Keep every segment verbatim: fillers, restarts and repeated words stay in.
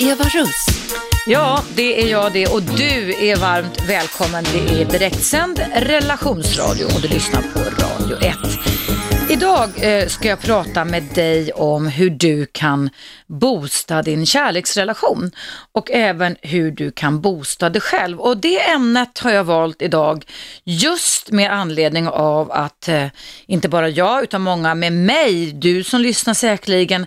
Eva Russ. Ja, det är jag det och du är varmt välkommen. Det är direktsänd relationsradio och du lyssnar på Radio ett. Idag eh, ska jag prata med dig om hur du kan boosta din kärleksrelation och även hur du kan boosta dig själv. Och det ämnet har jag valt idag just med anledning av att eh, inte bara jag utan många med mig, du som lyssnar säkerligen,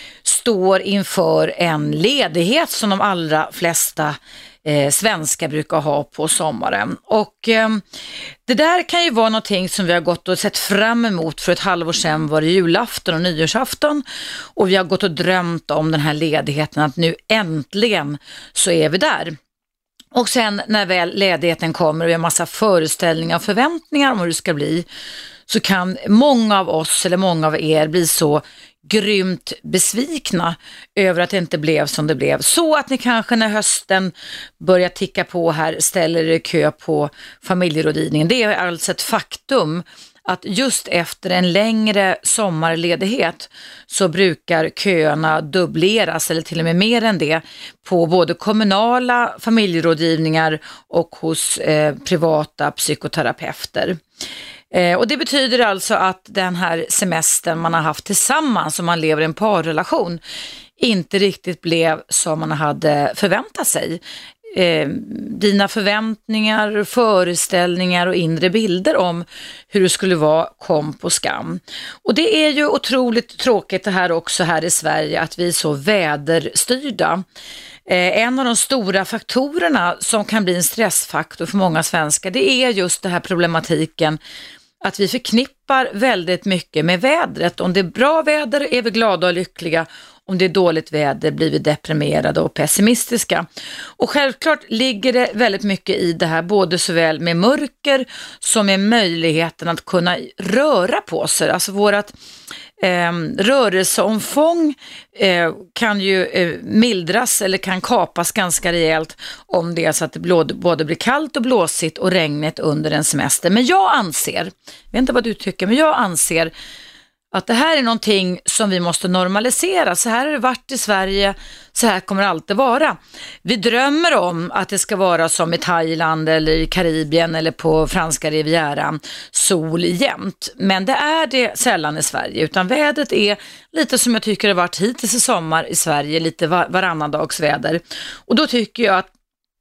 står inför en ledighet som de allra flesta eh, svenskar brukar ha på sommaren. Och eh, det där kan ju vara någonting som vi har gått och sett fram emot. För ett halvår sedan var det julafton och nyårsafton och vi har gått och drömt om den här ledigheten, att nu äntligen så är vi där. Och sen när väl ledigheten kommer och vi har massa föreställningar och förväntningar om hur det ska bli, så kan många av oss eller många av er bli så grymt besvikna över att det inte blev som det blev. Så att ni kanske när hösten börjar ticka på här ställer er i kö på familjerådgivningen. Det är alltså ett faktum att just efter en längre sommarledighet så brukar köerna dubbleras eller till och med mer än det på både kommunala familjerådgivningar och hos eh, privata psykoterapeuter. Eh, och det betyder alltså att den här semestern man har haft tillsammans om man lever i en parrelation inte riktigt blev som man hade förväntat sig. Eh, dina förväntningar, föreställningar och inre bilder om hur det skulle vara kom på skam. Och det är ju otroligt tråkigt det här också här i Sverige att vi är så väderstyrda. Eh, en av de stora faktorerna som kan bli en stressfaktor för många svenskar, det är just det här problematiken att vi förknippar väldigt mycket med vädret. Om det är bra väder är vi glada och lyckliga. Om det är dåligt väder blir vi deprimerade och pessimistiska. Och självklart ligger det väldigt mycket i det här, både såväl med mörker som med möjligheten att kunna röra på sig. Alltså vårat eh, rörelseomfång eh, kan ju eh, mildras eller kan kapas ganska rejält om det är så att det både, både blir kallt och blåsigt och regnigt under en semester. Men jag anser, jag vet inte vad du tycker, men jag anser att det här är någonting som vi måste normalisera. Så här har det varit i Sverige, så här kommer det alltid vara. Vi drömmer om att det ska vara som i Thailand eller i Karibien eller på franska rivieran, sol jämt. Men det är det sällan i Sverige, utan vädret är lite som jag tycker det har varit hittills i sommar i Sverige, lite var- varannan dags väder. Och då tycker jag att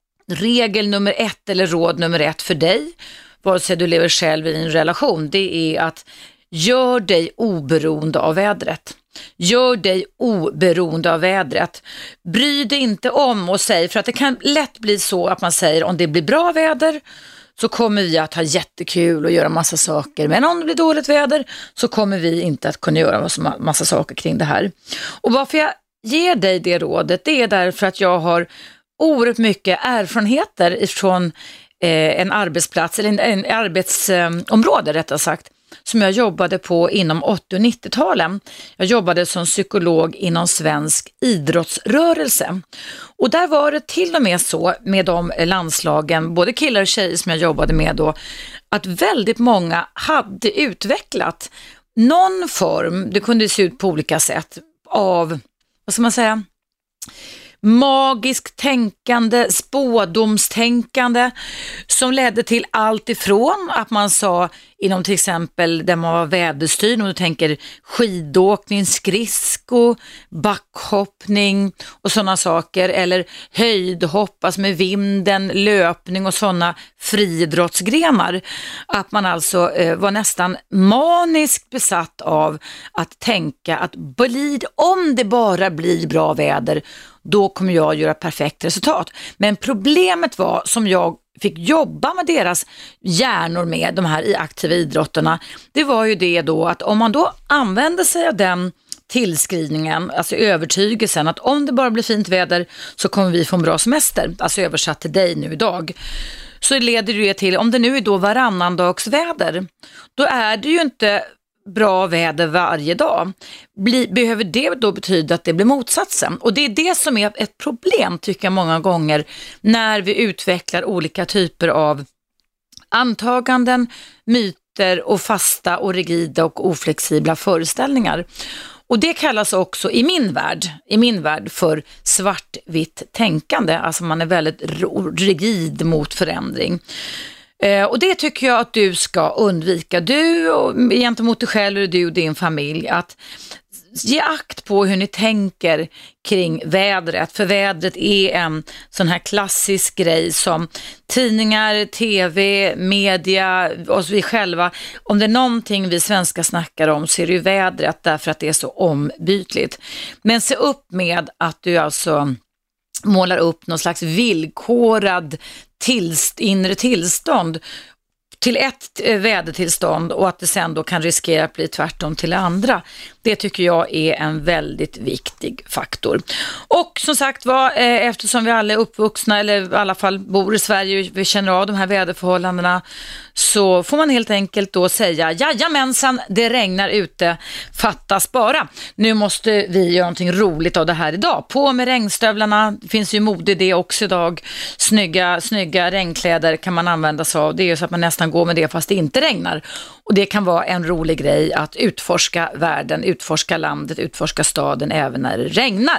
regel nummer ett eller råd nummer ett för dig, vare sig du lever själv i en relation, det är att gör dig oberoende av vädret. Gör dig oberoende av vädret. Bry dig inte om och säg, för att det kan lätt bli så att man säger om det blir bra väder så kommer vi att ha jättekul och göra massa saker. Men om det blir dåligt väder så kommer vi inte att kunna göra massa, massa saker kring det här. Och varför jag ger dig det rådet, det är därför att jag har oerhört mycket erfarenheter ifrån eh, en arbetsplats eller en, en arbetsområde eh, rättare sagt, som jag jobbade på inom åttio- och nittio-talen. Jag jobbade som psykolog inom svensk idrottsrörelse. Och där var det till och med så med de landslagen, både killar och tjejer som jag jobbade med då, att väldigt många hade utvecklat någon form, det kunde se ut på olika sätt, av, vad ska man säga, magiskt tänkande, spådomstänkande som ledde till allt ifrån att man sa inom till exempel där man var väderstyrd, om du tänker skidåkning, skridsko, backhoppning och sådana saker, eller höjdhopp, alltså med vinden, löpning och sådana friidrottsgrenar, att man alltså eh, var nästan maniskt besatt av att tänka att blir, om det bara blir bra väder, då kommer jag göra perfekt resultat. Men problemet var, som jag fick jobba med deras hjärnor med, de här i aktiva idrotterna, det var ju det då att om man då använder sig av den tillskrivningen, alltså övertygelsen att om det bara blir fint väder så kommer vi få en bra semester, alltså översatt till dig nu idag, så leder det till, om det nu är då varannan dags väder, då är det ju inte bra väder varje dag. Bli, behöver det då betyda att det blir motsatsen? Och det är det som är ett problem, tycker jag, många gånger när vi utvecklar olika typer av antaganden, myter och fasta och rigida och oflexibla föreställningar. Och det kallas också i min värld, i min värld för svartvitt tänkande. Alltså man är väldigt rigid mot förändring. Eh, och det tycker jag att du ska undvika. Du och gentemot dig själv och du och din familj, att ge akt på hur ni tänker kring vädret. För vädret är en sån här klassisk grej som tidningar, tv, media och vi själva. Om det är någonting vi svenskar snackar om så är det ju vädret, därför att det är så ombytligt. Men se upp med att du alltså målar upp någon slags villkorad tillst, inre tillstånd till ett vädertillstånd och att det sen då kan riskera att bli tvärtom till det andra. Det tycker jag är en väldigt viktig faktor. Och som sagt var, eftersom vi alla är uppvuxna eller i alla fall bor i Sverige och vi känner av de här väderförhållandena, så får man helt enkelt då säga jajamensan, det regnar ute, fattas bara. Nu måste vi göra någonting roligt av det här idag. På med regnstövlarna, det finns ju mode i det också idag. Snygga, snygga regnkläder kan man använda sig av. Det är ju så att man nästan går med det fast det inte regnar. Och det kan vara en rolig grej att utforska världen, utforska landet, utforska staden även när det regnar.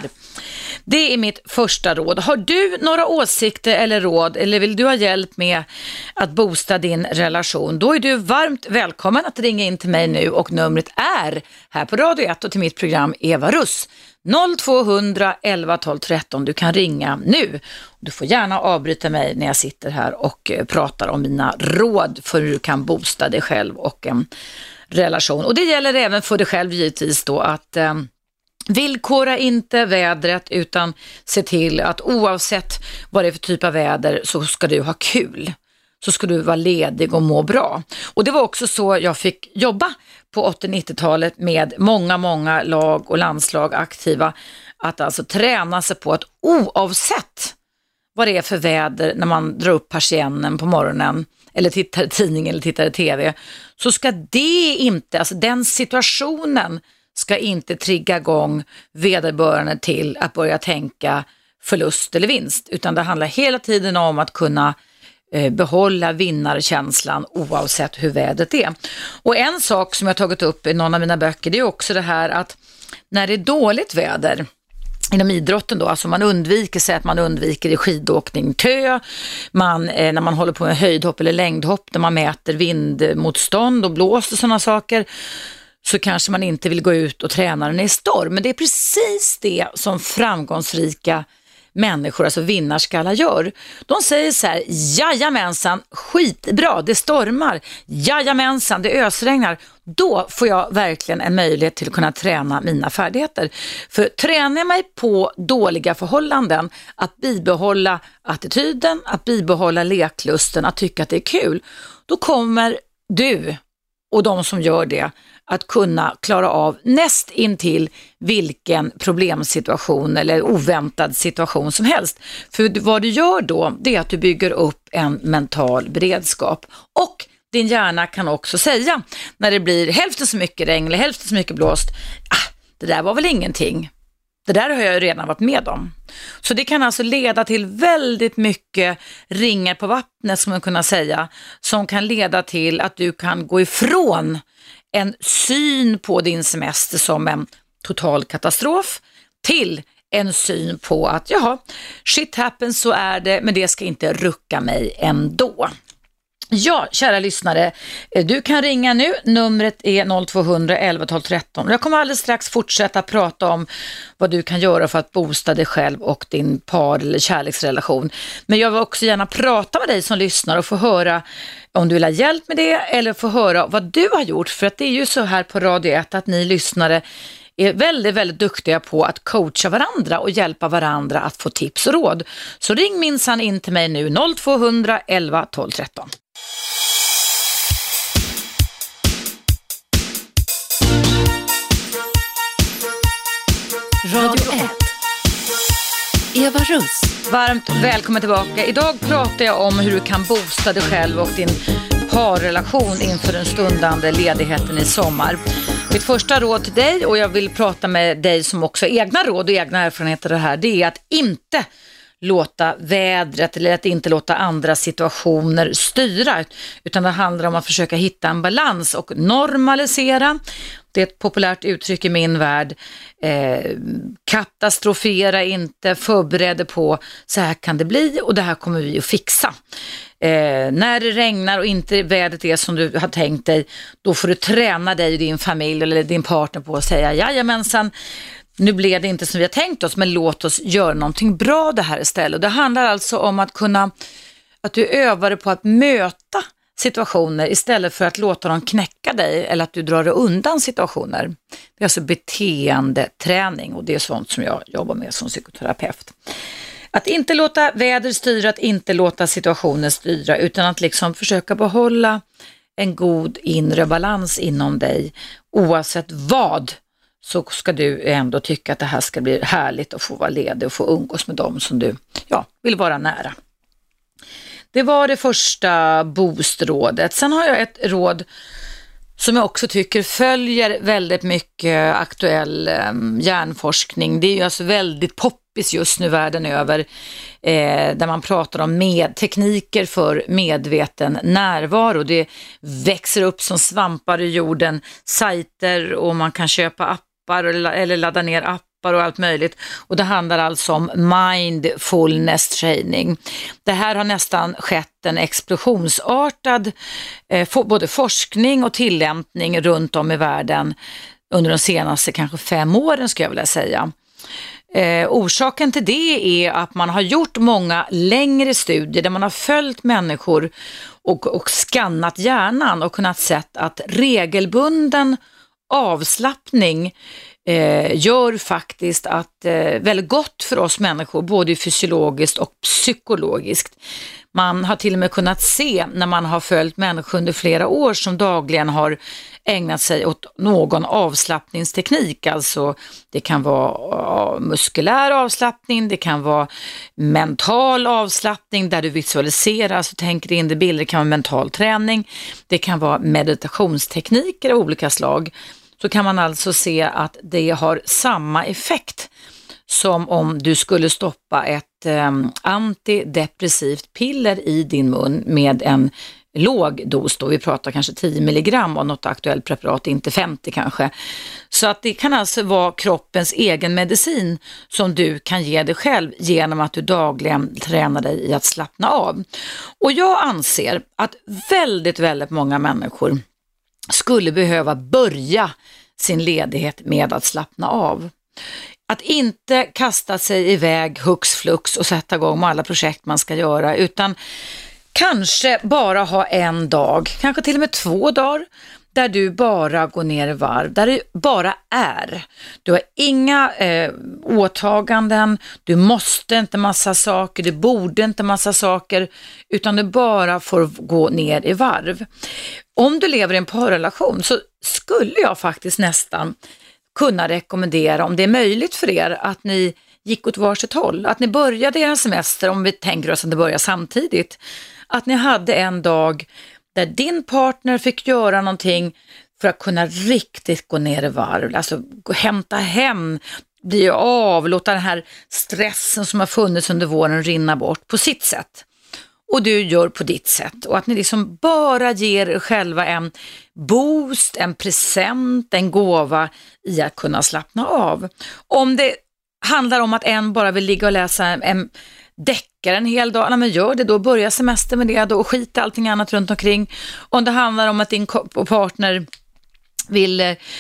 Det är mitt första råd. Har du några åsikter eller råd, eller vill du ha hjälp med att boosta din relation, då är du varmt välkommen att ringa in till mig nu, och numret är här på Radio ett och till mitt program Eva Russ. noll två hundra elva tolv tretton. Du kan ringa nu. Du får gärna avbryta mig när jag sitter här och pratar om mina råd för hur du kan boosta dig själv och en relation. Och det gäller även för dig själv givetvis då, att eh, villkora inte vädret, utan se till att oavsett vad det är för typ av väder så ska du ha kul. Så ska du vara ledig och må bra. Och det var också så jag fick jobba på åttio-nittiotalet med många, många lag och landslag aktiva. Att alltså träna sig på att oavsett vad det är för väder när man drar upp persiennen på morgonen eller tittar i tidningen eller tittar i tv, så ska det inte, alltså den situationen ska inte trigga igång vederbörande till att börja tänka förlust eller vinst, utan det handlar hela tiden om att kunna behålla vinnarkänslan oavsett hur vädret är. Och en sak som jag tagit upp i någon av mina böcker, det är också det här att när det är dåligt väder inom idrotten då, alltså man undviker sig att man undviker i skidåkning tö, man, eh, när man håller på med höjdhopp eller längdhopp, när man mäter vindmotstånd och blåst och sådana saker, så kanske man inte vill gå ut och träna när det är storm. Men det är precis det som framgångsrika människor, alltså vinnarskallar, gör. De säger så här: jajamensan, skitbra, det stormar, jajamensan, det ösregnar. Då får jag verkligen en möjlighet till att kunna träna mina färdigheter. För tränar jag mig på dåliga förhållanden, att bibehålla attityden, att bibehålla leklusten, att tycka att det är kul, då kommer du och de som gör det att kunna klara av näst intill vilken problemsituation eller oväntad situation som helst. För vad du gör då, det är att du bygger upp en mental beredskap. Och din hjärna kan också säga, när det blir hälften så mycket regn eller hälften så mycket blåst, ah, det där var väl ingenting. Det där har jag redan varit med om. Så det kan alltså leda till väldigt mycket ringar på vattnet, som man kunna säga, som kan leda till att du kan gå ifrån en syn på din semester som en total katastrof till en syn på att jaha, shit happens, så är det, men det ska inte rucka mig ändå. Ja, kära lyssnare, du kan ringa nu. Numret är noll två hundra elva tolv tretton. Jag kommer alldeles strax fortsätta prata om vad du kan göra för att boosta dig själv och din par- eller kärleksrelation. Men jag vill också gärna prata med dig som lyssnar och få höra om du vill ha hjälp med det, eller få höra vad du har gjort. För att det är ju så här på Radio ett att ni lyssnare är väldigt, väldigt duktiga på att coacha varandra och hjälpa varandra att få tips och råd. Så ring minsann in till mig nu, noll två hundra elva tolv tretton. Radio ett. Eva Russ. Varmt välkommen tillbaka. Idag pratar jag om hur du kan boosta dig själv och din parrelation inför den stundande ledigheten i sommar. Mitt första råd till dig, och jag vill prata med dig som också har egna råd och egna erfarenheter det här, det är att inte låta vädret eller att inte låta andra situationer styra, utan det handlar om att försöka hitta en balans och normalisera. Det är ett populärt uttryck i min värld. Eh, katastrofera inte, förbered på så här kan det bli och det här kommer vi att fixa. Eh, när det regnar och inte vädret är som du har tänkt dig, då får du träna dig och din familj eller din partner på att säga jajamensan, nu blev det inte som vi har tänkt oss, men låt oss göra någonting bra det här istället. Och det handlar alltså om att kunna, att du övar dig på att möta situationer istället för att låta dem knäcka dig eller att du drar dig undan situationer. Det är alltså beteendeträning och det är sånt som jag jobbar med som psykoterapeut. Att inte låta väder styra, att inte låta situationer styra, utan att liksom försöka behålla en god inre balans inom dig. Oavsett vad så ska du ändå tycka att det här ska bli härligt att få vara ledig och få umgås med dem som du ja, vill vara nära. Det var det första boostrådet. Sen har jag ett råd som jag också tycker följer väldigt mycket aktuell eh, hjärnforskning. Det är ju alltså väldigt poppis just nu världen över eh, där man pratar om med, tekniker för medveten närvaro. Det växer upp som svampar i jorden, sajter och man kan köpa appar eller, eller ladda ner appar och allt möjligt. Och det handlar alltså om mindfulness training. Det här har nästan skett en explosionsartad eh, for, både forskning och tillämpning runt om i världen under de senaste kanske fem åren skulle jag vilja säga. Eh, orsaken till det är att man har gjort många längre studier där man har följt människor och, och skannat hjärnan och kunnat se att regelbunden avslappning Eh, gör faktiskt att eh, väldigt gott för oss människor, både fysiologiskt och psykologiskt. Man har till och med kunnat se när man har följt människor under flera år som dagligen har ägnat sig åt någon avslappningsteknik. Alltså det kan vara muskulär avslappning, det kan vara mental avslappning där du visualiserar, alltså tänker in det bilder, det kan vara mental träning, det kan vara meditationstekniker av olika slag. Så kan man alltså se att det har samma effekt som om du skulle stoppa ett eh, antidepressivt piller i din mun med en låg dos då. Vi pratar kanske tio milligram av något aktuellt preparat, inte femtio kanske. Så att det kan alltså vara kroppens egen medicin som du kan ge dig själv genom att du dagligen tränar dig i att slappna av. Och jag anser att väldigt, väldigt många människor skulle behöva börja sin ledighet med att slappna av. Att inte kasta sig iväg hux flux och sätta igång med alla projekt man ska göra, utan kanske bara ha en dag, kanske till och med två dagar, där du bara går ner i varv, där du bara är. Du har inga eh, åtaganden, du måste inte massa saker, du borde inte massa saker, utan du bara får gå ner i varv. Om du lever i en parrelation så skulle jag faktiskt nästan kunna rekommendera, om det är möjligt för er, att ni gick åt varsitt håll. Att ni började er semester, om vi tänker oss att det börjar samtidigt, att ni hade en dag där din partner fick göra någonting för att kunna riktigt gå ner i varv. Alltså gå, hämta hem, bli av, låta den här stressen som har funnits under våren rinna bort på sitt sätt. Och du gör på ditt sätt. Och att ni liksom bara ger er själva en boost, en present, en gåva i att kunna slappna av. Om det handlar om att en bara vill ligga och läsa en deckare en hel dag, nej men gör det då, börja semester med det då och skita allting annat runt omkring. Om det handlar om att din partner vill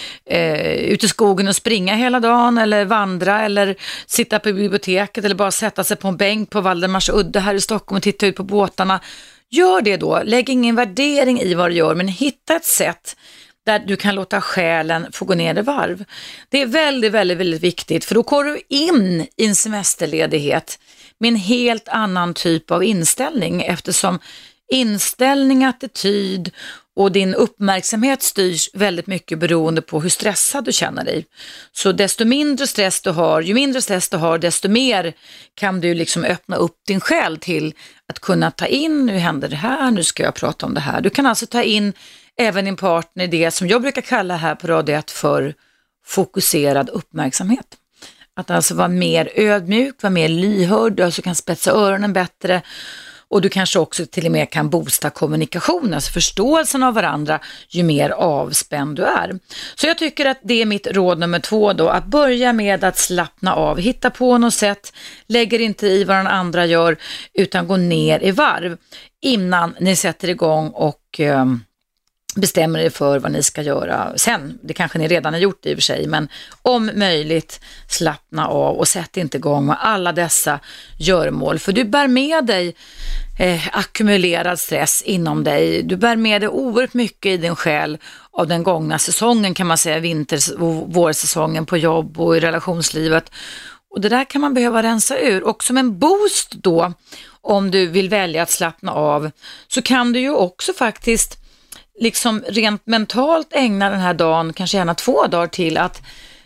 eh, ut i skogen och springa hela dagen eller vandra eller sitta på biblioteket eller bara sätta sig på en bänk på Valdemars udde här i Stockholm och titta ut på båtarna, gör det då. Lägg ingen värdering i vad du gör, men hitta ett sätt där du kan låta själen få gå ner i varv. Det är väldigt, väldigt, väldigt viktigt, för då går du in i en semesterledighet med en helt annan typ av inställning, eftersom inställning, attityd och din uppmärksamhet styrs väldigt mycket beroende på hur stressad du känner dig. Så desto mindre stress du har, ju mindre stress du har, desto mer kan du liksom öppna upp din själ till att kunna ta in, nu händer det här, nu ska jag prata om det här. Du kan alltså ta in även din partner, det som jag brukar kalla här på Radio ett för fokuserad uppmärksamhet. Att alltså vara mer ödmjuk, vara mer lyhörd, du alltså kan spetsa öronen bättre. Och du kanske också till och med kan boosta kommunikationen, alltså förståelsen av varandra ju mer avspänd du är. Så jag tycker att det är mitt råd nummer två då, att börja med att slappna av, hitta på något sätt, lägger inte i vad den andra gör utan gå ner i varv innan ni sätter igång och eh, bestämmer er för vad ni ska göra sen. Det kanske ni redan har gjort i och för sig, men om möjligt slappna av och sätt inte igång med alla dessa görmål. För du bär med dig eh, ackumulerad stress inom dig. Du bär med dig oerhört mycket i din själ av den gångna säsongen, kan man säga, vinter- och vårsäsongen på jobb och i relationslivet. Och det där kan man behöva rensa ur. Och som en boost då, om du vill välja att slappna av, så kan du ju också faktiskt liksom rent mentalt ägna den här dagen, kanske gärna två dagar till att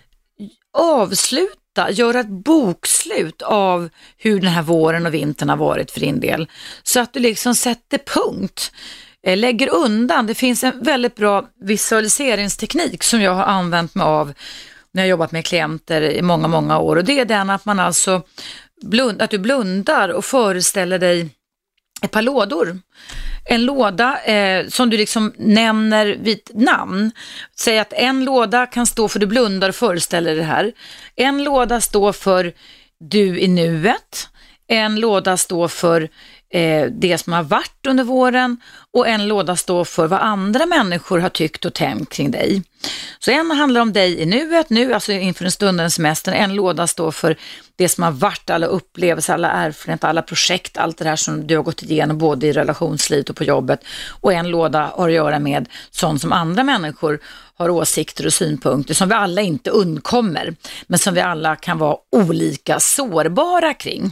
avsluta, göra ett bokslut av hur den här våren och vintern har varit för din del. Så att du liksom sätter punkt, lägger undan. Det finns en väldigt bra visualiseringsteknik som jag har använt mig av när jag jobbat med klienter i många, många år. Och det är den att man alltså blund, att du blundar och föreställer dig ett par lådor. En låda eh, som du liksom nämner vid namn. Säg att en låda kan stå för du blundar och föreställer det här. En låda står för du i nuet. En låda står för eh, det som har varit under våren. Och en låda står för vad andra människor har tyckt och tänkt kring dig. Så en handlar om dig i nuet, nu, alltså inför en stundens semester. En låda står för det som har varit, alla upplevelser, alla erfarenheter, alla projekt, allt det här som du har gått igenom både i relationslivet och på jobbet. Och en låda har att göra med sånt som andra människor har åsikter och synpunkter som vi alla inte undkommer, men som vi alla kan vara olika sårbara kring.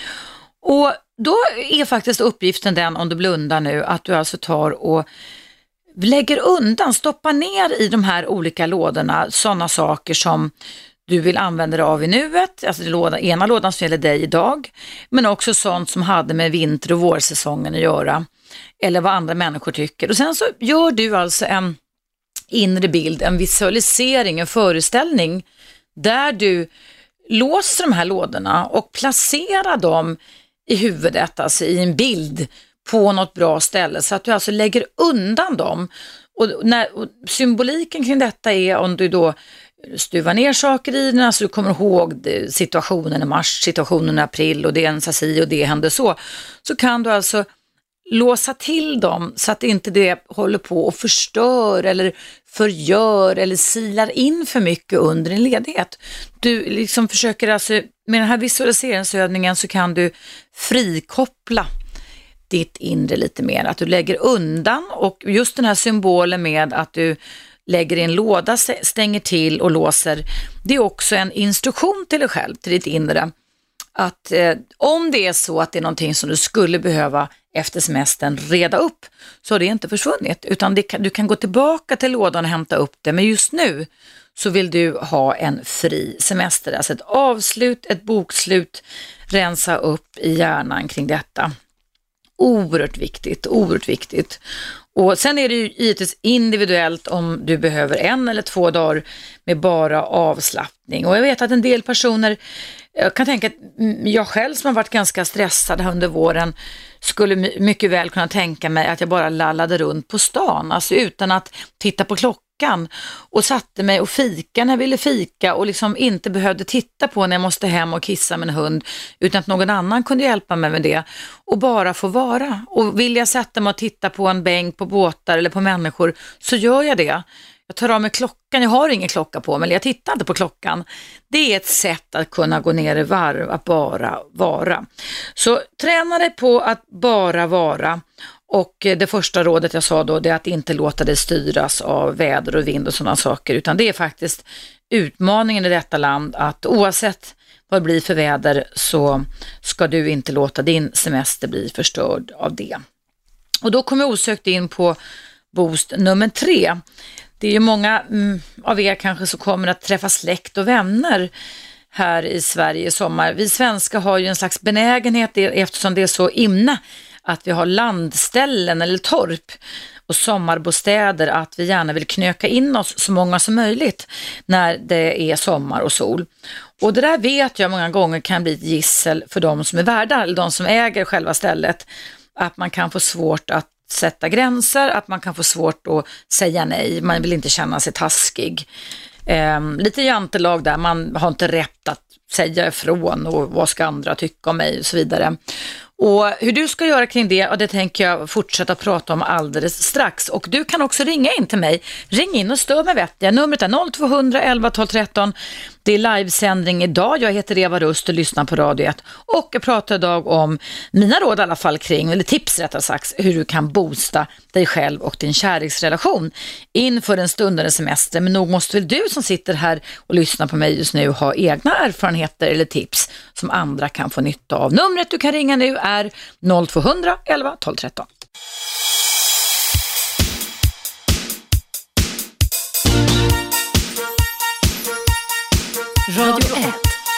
Och då är faktiskt uppgiften den, om du blundar nu, att du alltså tar och lägger undan, stoppar ner i de här olika lådorna sådana saker som du vill använda dig av i nuet, alltså det låda, ena lådan som gäller dig idag, men också sånt som hade med vinter- och vårsäsongen att göra, eller vad andra människor tycker. Och sen så gör du alltså en inre bild, en visualisering, en föreställning där du låser de här lådorna och placerar dem i huvudet, alltså i en bild på något bra ställe, så att du alltså lägger undan dem. Och, när, och symboliken kring detta är om du då stuvar ner saker i den, alltså du kommer ihåg situationen i mars, situationen i april och det är en sasi och det hände så, så kan du alltså låsa till dem så att inte det håller på och förstör eller förgör eller silar in för mycket under en ledighet. Du liksom försöker alltså, med den här visualiseringsövningen så kan du frikoppla ditt inre lite mer, att du lägger undan, och just den här symbolen med att du lägger i en låda, stänger till och låser, det är också en instruktion till dig själv, till ditt inre, att eh, om det är så att det är någonting som du skulle behöva efter semestern reda upp, så har det inte försvunnit, utan det kan, du kan gå tillbaka till lådan och hämta upp det, men just nu så vill du ha en fri semester, alltså ett avslut, ett bokslut, rensa upp i hjärnan kring detta. Oerhört viktigt, oerhört viktigt. Och sen är det ju givetvis individuellt om du behöver en eller två dagar med bara avslappning. Och jag vet att en del personer, jag kan tänka att jag själv som har varit ganska stressad under våren skulle mycket väl kunna tänka mig att jag bara lallade runt på stan, alltså utan att titta på klockan, och satte mig och fika när jag ville fika och liksom inte behövde titta på när jag måste hem och kissa med en hund, utan att någon annan kunde hjälpa mig med det och bara få vara. Och vill jag sätta mig och titta på en bänk, på båtar eller på människor, så gör jag det. Jag tar av mig klockan, jag har ingen klocka på mig, jag tittar inte på klockan. Det är ett sätt att kunna gå ner i varv, att bara vara. Så träna dig på att bara vara. Och det första rådet jag sa då, det är att inte låta dig styras av väder och vind och sådana saker, utan det är faktiskt utmaningen i detta land, att oavsett vad det blir för väder så ska du inte låta din semester bli förstörd av det. Och då kommer jag osökt in på boost nummer tre. Det är ju många mm, av er kanske som kommer att träffa släkt och vänner här i Sverige i sommar. Vi svenskar har ju en slags benägenhet, eftersom det är så inne, att vi har landställen eller torp. och sommarbostäder att vi gärna vill knöka in oss så många som möjligt när det är sommar och sol. Och det där vet jag många gånger kan bli ett gissel för de som är värdar eller de som äger själva stället. Att man kan få svårt att sätta gränser, att man kan få svårt att säga nej. Man vill inte känna sig taskig. Eh, lite jantelag där, man har inte rätt att säga ifrån och vad ska andra tycka om mig och så vidare. Och hur du ska göra kring det, och det tänker jag fortsätta prata om alldeles strax. Och du kan också ringa in till mig. Ring in och stör mig vettiga. Numret är noll två hundra elva tolv tretton. Det är livesändning idag. Jag heter Eva Rust och lyssnar på Radio ett. Och jag pratar idag om mina råd i alla fall kring, eller tips rättare sagt, hur du kan boosta dig själv och din kärleksrelation inför en stundande semester. Men nog måste väl du som sitter här och lyssnar på mig just nu ha egna erfarenheter eller tips som andra kan få nytta av. Numret du kan ringa nu är noll två hundra elva tolv tretton. Radio ett.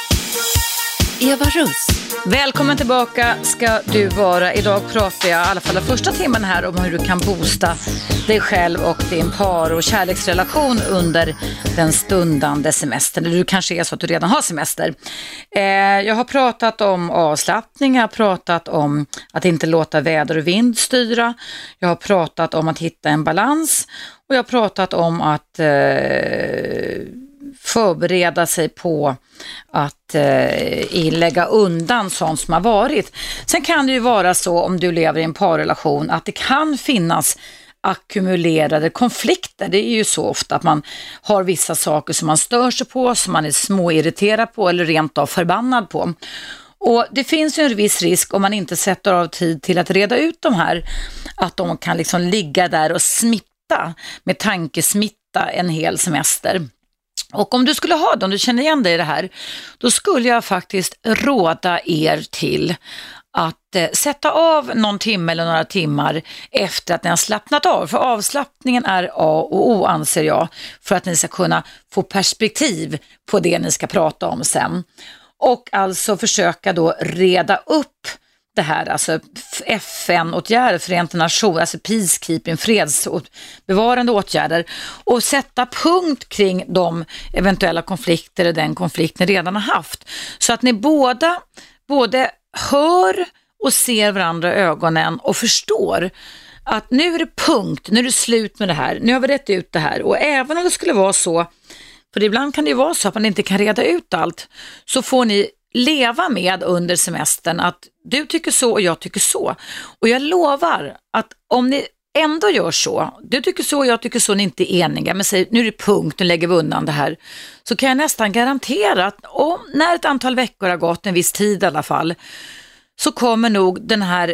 Eva Russ. Välkommen tillbaka ska du vara. Idag pratar jag i alla fall den första timmen här om hur du kan boosta dig själv och din par- och kärleksrelation under den stundande semestern. Eller du kanske är så att du redan har semester. Eh, jag har pratat om avslappning, jag har pratat om att inte låta väder och vind styra. Jag har pratat om att hitta en balans och jag har pratat om att eh, förbereda sig på att eh, lägga undan sånt som har varit. Sen kan det ju vara så om du lever i en parrelation att det kan finnas ackumulerade konflikter. Det är ju så ofta att man har vissa saker som man stör sig på, som man är småirriterad på eller rent av förbannad på. Och det finns ju en viss risk om man inte sätter av tid till att reda ut de här, att de kan liksom ligga där och smitta med tankesmitta en hel semester. Och om du skulle ha det, om du känner igen dig i det här, då skulle jag faktiskt råda er till att eh, sätta av någon timme eller några timmar efter att ni har slappnat av. För avslappningen är A och O, anser jag, för att ni ska kunna få perspektiv på det ni ska prata om sen. Och alltså försöka då reda upp det här, alltså F N-åtgärder, Förenta Nationer, alltså peacekeeping, fredsbevarande åtgärder, och sätta punkt kring de eventuella konflikter och den konflikt ni redan har haft. Så att ni båda både hör och ser varandra i ögonen och förstår att nu är det punkt, nu är det slut med det här, nu har vi rätt ut det här. Och även om det skulle vara så, för ibland kan det ju vara så att man inte kan reda ut allt, så får ni leva med under semestern att du tycker så och jag tycker så. Och jag lovar att om ni ändå gör så, du tycker så och jag tycker så, ni inte är eniga, men säger nu är det punkt, nu lägger vi undan det här, så kan jag nästan garantera att om, när ett antal veckor har gått, en viss tid i alla fall, så kommer nog den här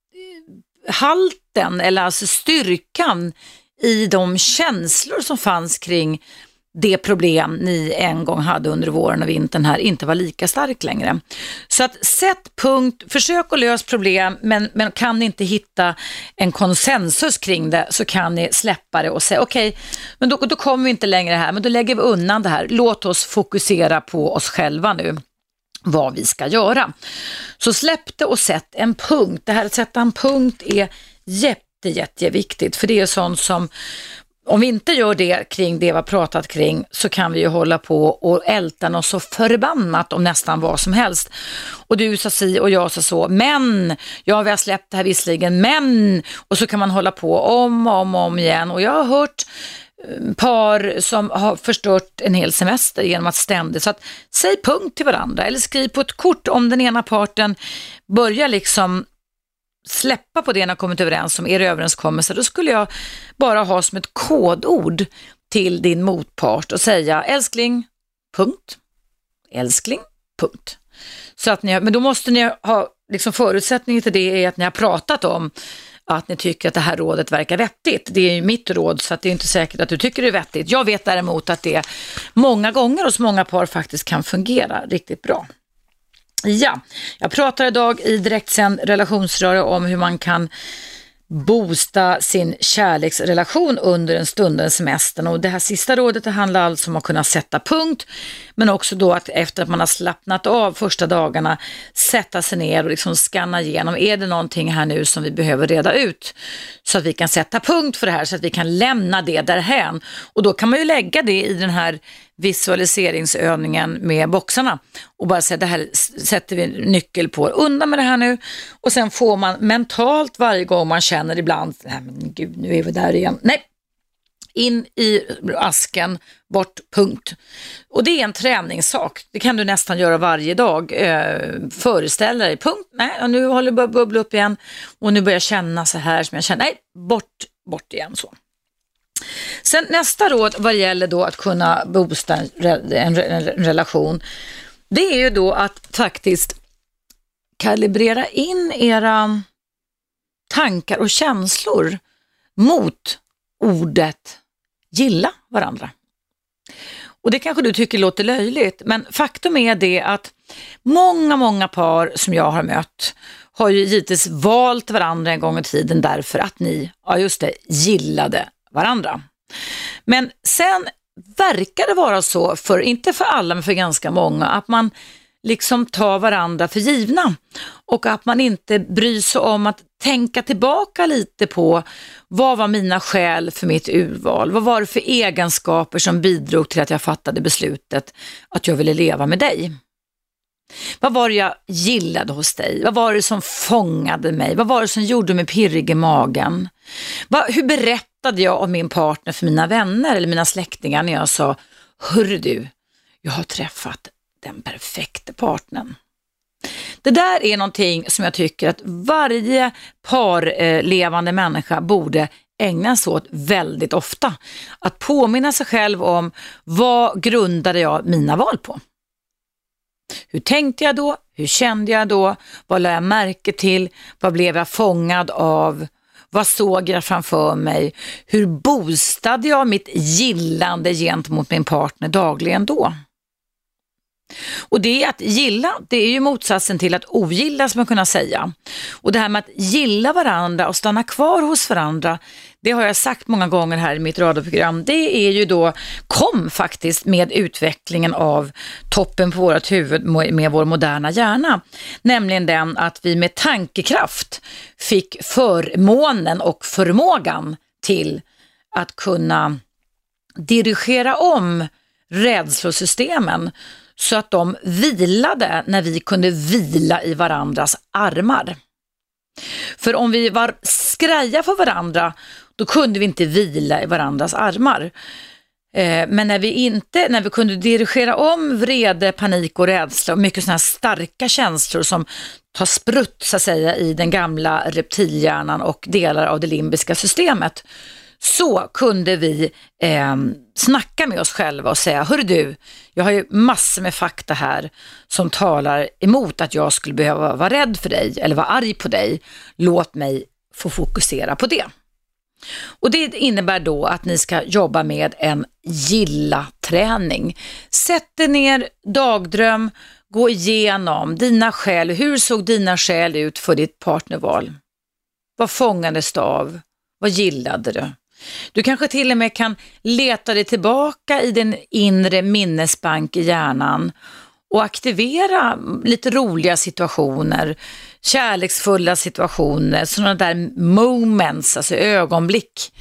halten eller alltså styrkan i de känslor som fanns kring det problem ni en gång hade under våren och vintern här inte var lika stark längre. Så att sätt punkt, försök att lösa problem, men, men kan ni inte hitta en konsensus kring det, så kan ni släppa det och säga okej, okay, men då, då kommer vi inte längre här, men då lägger vi undan det här. Låt oss fokusera på oss själva nu, vad vi ska göra. Så släpp det och sätt en punkt. Det här att sätta en punkt är jätte, jätte viktigt, för det är sånt som, om vi inte gör det kring det vi har pratat kring, så kan vi ju hålla på och älta något så förbannat om nästan vad som helst. Och du sa si och jag sa så, men ja, vi har släppt det här visserligen, men, och så kan man hålla på om och om, om igen. Och jag har hört par som har förstört en hel semester genom att ständigt, så att säg punkt till varandra eller skriv på ett kort om den ena parten börjar liksom släppa på det ni har kommit överens om, er överenskommelse. Då skulle jag bara ha som ett kodord till din motpart och säga älskling, punkt, älskling, punkt. Så att ni har, men då måste ni ha liksom, förutsättningen till det är att ni har pratat om att ni tycker att det här rådet verkar vettigt. Det är ju mitt råd, så att det är inte säkert att du tycker det är vettigt. Jag vet däremot att det många gånger hos många par faktiskt kan fungera riktigt bra. Ja, jag pratar idag i direktsänd relationsröre om hur man kan boosta sin kärleksrelation under en stundens semestern. Och det här sista rådet, det handlar alltså om att kunna sätta punkt, men också då att efter att man har slappnat av första dagarna sätta sig ner och liksom scanna igenom, är det någonting här nu som vi behöver reda ut så att vi kan sätta punkt för det här, så att vi kan lämna det därhän. Och då kan man ju lägga det i den här visualiseringsövningen med boxarna och bara säga, det här sätter vi nyckel på, undan med det här nu, och sen får man mentalt varje gång man känner ibland, nej men gud, nu är vi där igen, nej, in i asken, bort, punkt. Och det är en träningssak, det kan du nästan göra varje dag. eh, föreställa dig, punkt, nej, och nu håller det börja bubbla upp igen och nu börjar jag känna så här som jag känner, nej, bort, bort igen så. Sen nästa råd vad gäller då att kunna boosta en, en, en relation, det är ju då att faktiskt kalibrera in era tankar och känslor mot ordet gilla varandra. Och det kanske du tycker låter löjligt, men faktum är det att många, många par som jag har mött har ju givetvis valt varandra en gång i tiden därför att ni, ja just det, gillade varandra. Men sen verkar det vara så, för inte för alla men för ganska många, att man liksom tar varandra för givna och att man inte bryr sig om att tänka tillbaka lite på vad var mina skäl för mitt urval, vad var det för egenskaper som bidrog till att jag fattade beslutet att jag ville leva med dig. Vad var det jag gillade hos dig? Vad var det som fångade mig? Vad var det som gjorde mig pirrig i magen? Vad, hur berättade jag om min partner för mina vänner eller mina släktingar när jag sa, hörru du, jag har träffat den perfekta partnern. Det där är någonting som jag tycker att varje parlevande människa borde ägna sig åt väldigt ofta. Att påminna sig själv om, vad grundade jag mina val på? Hur tänkte jag då? Hur kände jag då? Vad lade jag märke till? Vad blev jag fångad av? Vad såg jag framför mig? Hur boostade jag mitt gillande gentemot min partner dagligen då? Och det är att gilla, det är ju motsatsen till att ogilla, som man kunna säga. Och det här med att gilla varandra och stanna kvar hos varandra, det har jag sagt många gånger här i mitt radioprogram, det är ju då, kom faktiskt med utvecklingen av toppen på vårt huvud med vår moderna hjärna. Nämligen den att vi med tankekraft fick förmånen och förmågan till att kunna dirigera om rädslosystemen så att de vilade när vi kunde vila i varandras armar. För om vi var skraja för varandra, då kunde vi inte vila i varandras armar. Eh, men när vi inte, när vi kunde dirigera om vrede, panik och rädsla och mycket sådana här starka känslor som tar sprutt så att säga i den gamla reptilhjärnan och delar av det limbiska systemet, så kunde vi eh, snacka med oss själva och säga, hörru du, jag har ju massor med fakta här som talar emot att jag skulle behöva vara rädd för dig eller vara arg på dig. Låt mig få fokusera på det. Och det innebär då att ni ska jobba med en gilla-träning. Sätt dig ner, dagdröm, gå igenom dina skäl. Hur såg dina skäl ut för ditt partnerval? Vad fångades det av? Vad gillade du? Du kanske till och med kan leta dig tillbaka i den inre minnesbank i hjärnan och aktivera lite roliga situationer, kärleksfulla situationer, sådana där moments, alltså ögonblick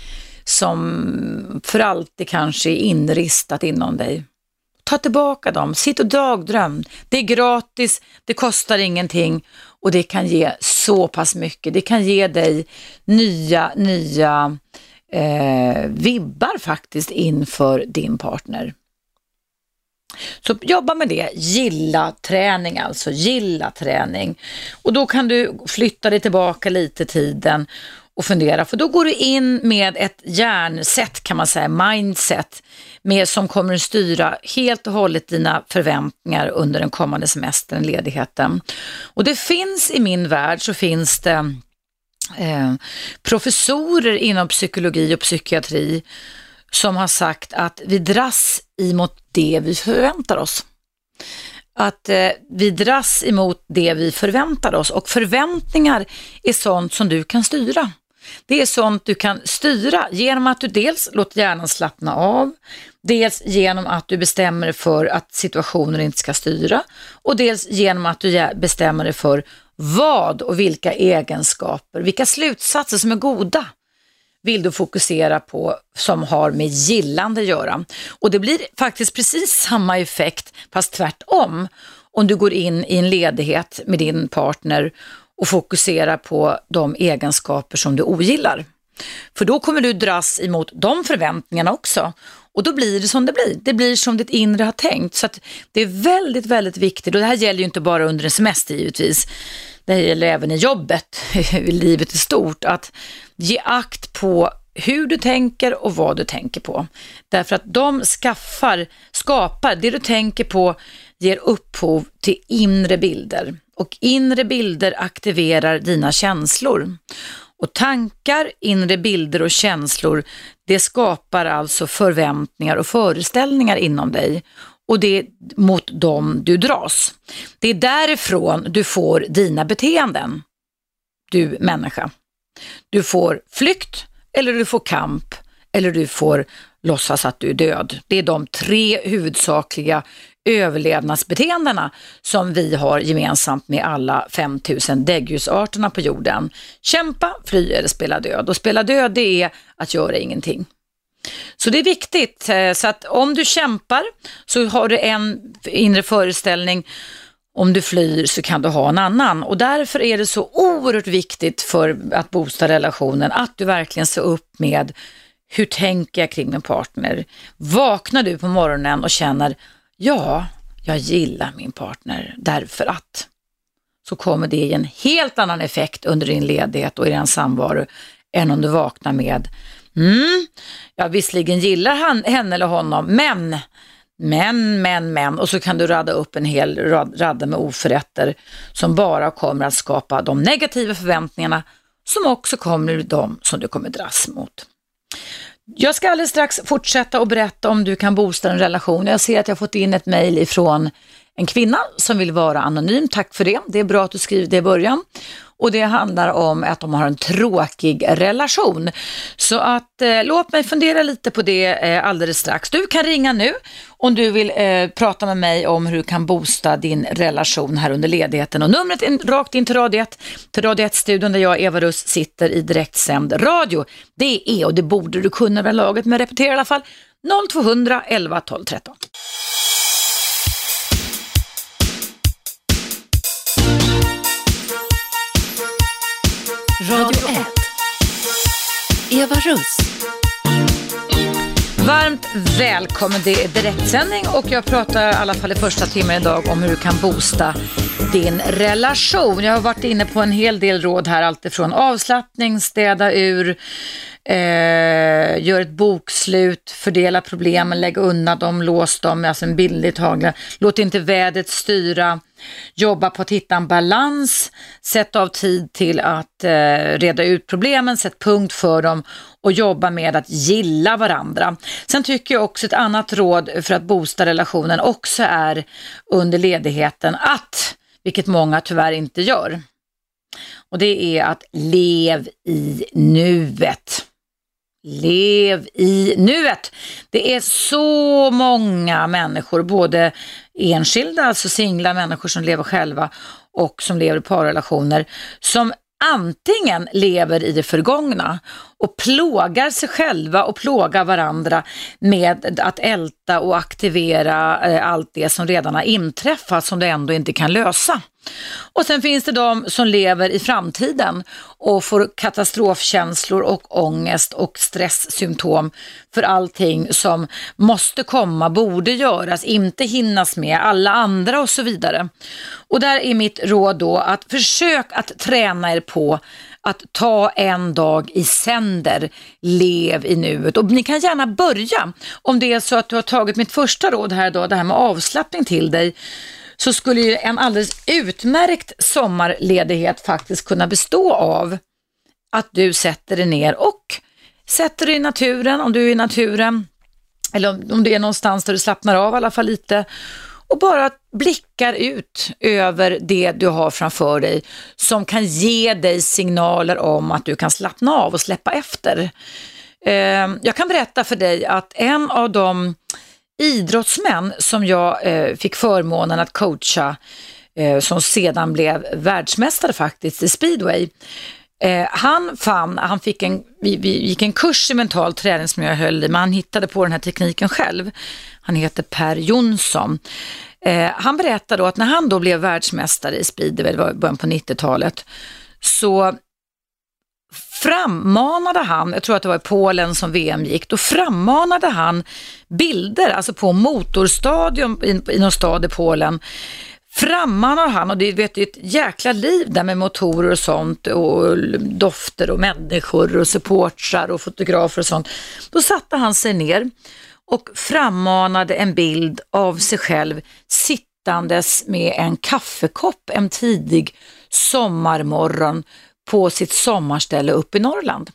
som för alltid kanske är inristat inom dig. Ta tillbaka dem, sitt och dagdröm. Det är gratis, det kostar ingenting och det kan ge så pass mycket. Det kan ge dig nya, nya eh, vibbar faktiskt inför din partner. Så jobba med det, gilla träning alltså, gilla träning. Och då kan du flytta dig tillbaka lite tiden och fundera, för då går du in med ett hjärnsätt kan man säga, mindset, med, som kommer att styra helt och hållet dina förväntningar under den kommande semestern, ledigheten. Och det finns i min värld så finns det eh, professorer inom psykologi och psykiatri som har sagt att vi dras emot det vi förväntar oss. Att eh, vi dras emot det vi förväntar oss, och förväntningar är sånt som du kan styra. Det är sånt du kan styra genom att du dels låter hjärnan slappna av, dels genom att du bestämmer dig för att situationen inte ska styra och dels genom att du bestämmer dig för vad och vilka egenskaper, vilka slutsatser som är goda vill du fokusera på som har med gillande att göra. Och det blir faktiskt precis samma effekt fast tvärtom om du går in i en ledighet med din partner och fokuserar på de egenskaper som du ogillar. För då kommer du dras emot de förväntningarna också. Och då blir det som det blir. Det blir som ditt inre har tänkt. Så att det är väldigt, väldigt viktigt. Och det här gäller ju inte bara under en semester givetvis. Det här gäller även i jobbet, i livet i stort. Att ge akt på hur du tänker och vad du tänker på. Därför att de skaffar, skapar, det du tänker på ger upphov till inre bilder. Och inre bilder aktiverar dina känslor. Och tankar, inre bilder och känslor, det skapar alltså förväntningar och föreställningar inom dig. Och det är mot dem du dras. Det är därifrån du får dina beteenden, du människa. Du får flykt, eller du får kamp, eller du får låtsas att du är död. Det är de tre huvudsakliga överlevnadsbeteendena som vi har gemensamt med alla femtusen däggdjursarterna på jorden. Kämpa, fly eller spela död. Och spela död, det är att göra ingenting. Så det är viktigt, så att om du kämpar så har du en inre föreställning, om du flyr så kan du ha en annan. Och därför är det så oerhört viktigt för att boosta relationen att du verkligen ser upp med hur tänker jag kring min partner. Vaknar du på morgonen och känner ja, jag gillar min partner därför att, så kommer det ge en helt annan effekt under din ledighet och i din samvaro än om du vaknar med mm, jag visserligen gillar han, henne eller honom, men, men, men, men, och så kan du radda upp en hel rad, radda med oförrätter som bara kommer att skapa de negativa förväntningarna som också kommer de som du kommer dras mot. Jag ska alldeles strax fortsätta och berätta om du kan boosta en relation. Jag ser att jag har fått in ett mejl ifrån en kvinna som vill vara anonym. Tack för det. Det är bra att du skriver det i början. Och det handlar om att de har en tråkig relation. Så att eh, låt mig fundera lite på det eh, alldeles strax. Du kan ringa nu om du vill eh, prata med mig om hur du kan boosta din relation här under ledigheten. Och numret är rakt in till Radio ett, till Radio ett-studion där jag, Eva Russ, sitter i direktsänd radio. Det är, och det borde du kunna väl laget, men repetera i alla fall, noll två elva tolv tretton. Radio ett. Eva Russ. Varmt välkommen, det är direktsändning och jag pratar i alla fall i första timmen idag om hur du kan boosta din relation. Jag har varit inne på en hel del råd här, allt ifrån avslappning, städa ur, eh, gör ett bokslut, fördela problemen, lägga undan dem, lås dem, alltså en billig tagla, låt inte vädret styra. Jobba på att hitta en balans, sätt av tid till att eh, reda ut problemen, sätt punkt för dem och jobba med att gilla varandra. Sen tycker jag också ett annat råd för att boosta relationen också är under ledigheten att, vilket många tyvärr inte gör, och det är att lev i nuet. Lev i nuet. Det är så många människor, både enskilda, alltså singla människor som lever själva och som lever i parrelationer, som antingen lever i det förgångna och plågar sig själva och plågar varandra med att älta och aktivera eh, allt det som redan har inträffat som det ändå inte kan lösa. Och sen finns det de som lever i framtiden och får katastrofkänslor och ångest och stresssymptom för allting som måste komma, borde göras, inte hinnas med, alla andra och så vidare. Och där är mitt råd då att försök att träna er på att ta en dag i sänder, lev i nuet. Och ni kan gärna börja, om det är så att du har tagit mitt första råd här idag, det här med avslappning till dig, så skulle ju en alldeles utmärkt sommarledighet faktiskt kunna bestå av att du sätter dig ner och sätter dig i naturen, om du är i naturen, eller om, om det är någonstans där du slappnar av i alla fall lite, och bara blickar ut över det du har framför dig som kan ge dig signaler om att du kan slappna av och släppa efter. Jag kan berätta för dig att en av de idrottsmän som jag fick förmånen att coacha, som sedan blev världsmästare faktiskt i speedway, han fann, han fick en, vi, vi gick en kurs i mental träning som jag höll i, men han hittade på den här tekniken själv. Han heter Per Jonsson. Han berättade då att när han då blev världsmästare i speedway, det var början på nittiotalet, så frammanade han, jag tror att det var i Polen som V M gick, då frammanade han bilder, alltså på motorstadion i, i någon stad i Polen, frammanade han, och det vet ju ett jäkla liv där med motorer och sånt och dofter och människor och supportrar och fotografer och sånt. Då satte han sig ner och frammanade en bild av sig själv sittandes med en kaffekopp en tidig sommarmorgon på sitt sommarställe uppe i Norrland.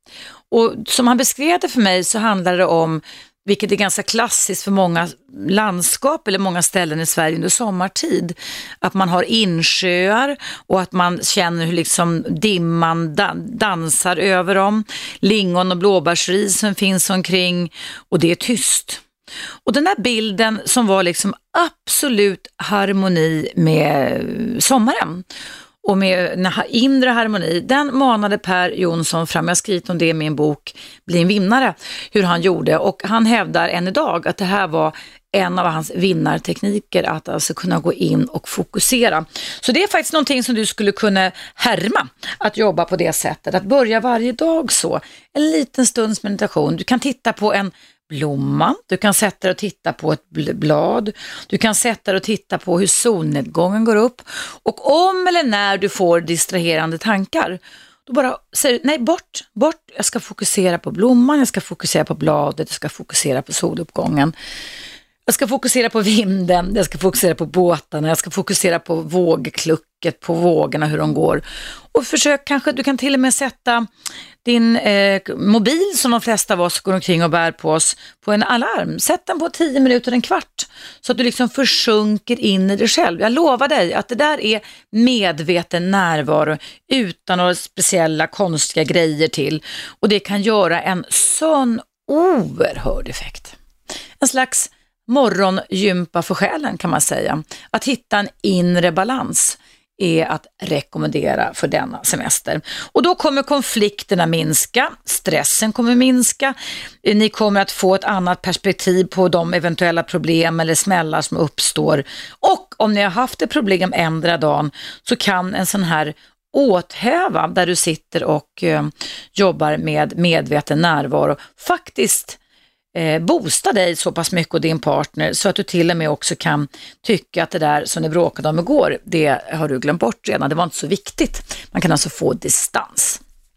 Och som han beskrev det för mig så handlar det om, vilket är ganska klassiskt för många landskap eller många ställen i Sverige under sommartid, att man har insjöar och att man känner hur liksom dimman dansar över dem, lingon och blåbärsrisen finns omkring och det är tyst. Och den här bilden som var liksom absolut harmoni med sommaren och med en inre harmoni, den manade Per Jonsson fram. Jag har skrivit om det i min bok Bli en vinnare, hur han gjorde, och han hävdar än idag att det här var en av hans vinnartekniker, att alltså kunna gå in och fokusera. Så det är faktiskt någonting som du skulle kunna härma, att jobba på det sättet, att börja varje dag så, en liten stunds meditation. Du kan titta på en blomma, du kan sätta dig och titta på ett blad, du kan sätta dig och titta på hur solnedgången går upp, och om eller när du får distraherande tankar, då bara säger nej, bort, bort, jag ska fokusera på blomman, jag ska fokusera på bladet, jag ska fokusera på soluppgången, jag ska fokusera på vinden, jag ska fokusera på båtarna, jag ska fokusera på vågklucket, på vågorna, hur de går. Och försök kanske, du kan till och med sätta din eh, mobil som de flesta av oss går omkring och bär på oss på en alarm. Sätt den på tio minuter, en kvart, så att du liksom försjunker in i dig själv. Jag lovar dig att det där är medveten närvaro utan några speciella konstiga grejer till. Och det kan göra en sån oerhörd effekt. En slags morgongympa för själen kan man säga. Att hitta en inre balans är att rekommendera för denna semester. Och då kommer konflikterna minska, stressen kommer minska, ni kommer att få ett annat perspektiv på de eventuella problem eller smällar som uppstår. Och om ni har haft ett problem ändra dagen, så kan en sån här åthäva där du sitter och eh, jobbar med medveten närvaro faktiskt Eh, boosta dig så pass mycket och din partner, så att du till och med också kan tycka att det där som ni bråkade om igår, det har du glömt bort redan, det var inte så viktigt. Man kan alltså få distans.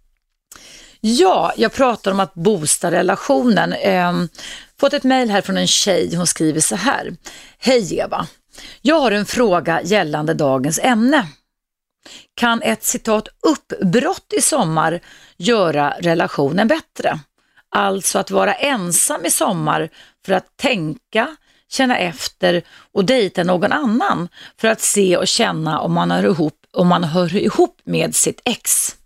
Ja, jag pratar om att boosta relationen. Eh, fått ett mejl här från en tjej, hon skriver så här: Hej Eva, jag har en fråga gällande dagens ämne. Kan ett citat uppbrott i sommar göra relationen bättre? Alltså att vara ensam i sommar för att tänka, känna efter och dejta någon annan för att se och känna om man hör ihop, om man hör ihop med sitt ex.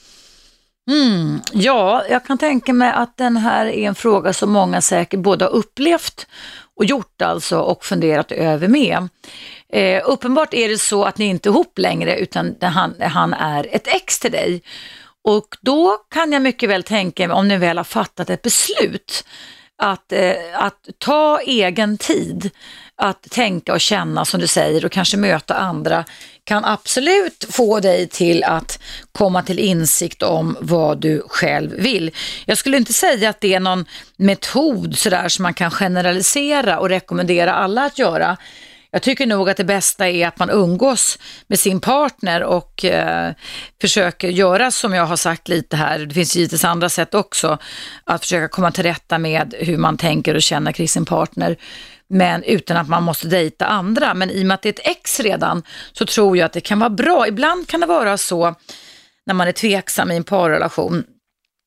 Mm, ja, jag kan tänka mig att den här är en fråga som många säkert både har upplevt och gjort alltså och funderat över med. Eh, uppenbart är det så att ni inte är ihop längre, utan han, han är ett ex till dig. Och då kan jag mycket väl tänka mig, om ni väl har fattat ett beslut, att, eh, att ta egen tid, att tänka och känna som du säger och kanske möta andra, kan absolut få dig till att komma till insikt om vad du själv vill. Jag skulle inte säga att det är någon metod sådär som man kan generalisera och rekommendera alla att göra. Jag tycker nog att det bästa är att man umgås med sin partner och eh, försöker göra som jag har sagt lite här. Det finns givetvis andra sätt också att försöka komma till rätta med hur man tänker och känner kring sin partner. Men utan att man måste dejta andra. Men i och med att det är ett ex redan, så tror jag att det kan vara bra. Ibland kan det vara så när man är tveksam i en parrelation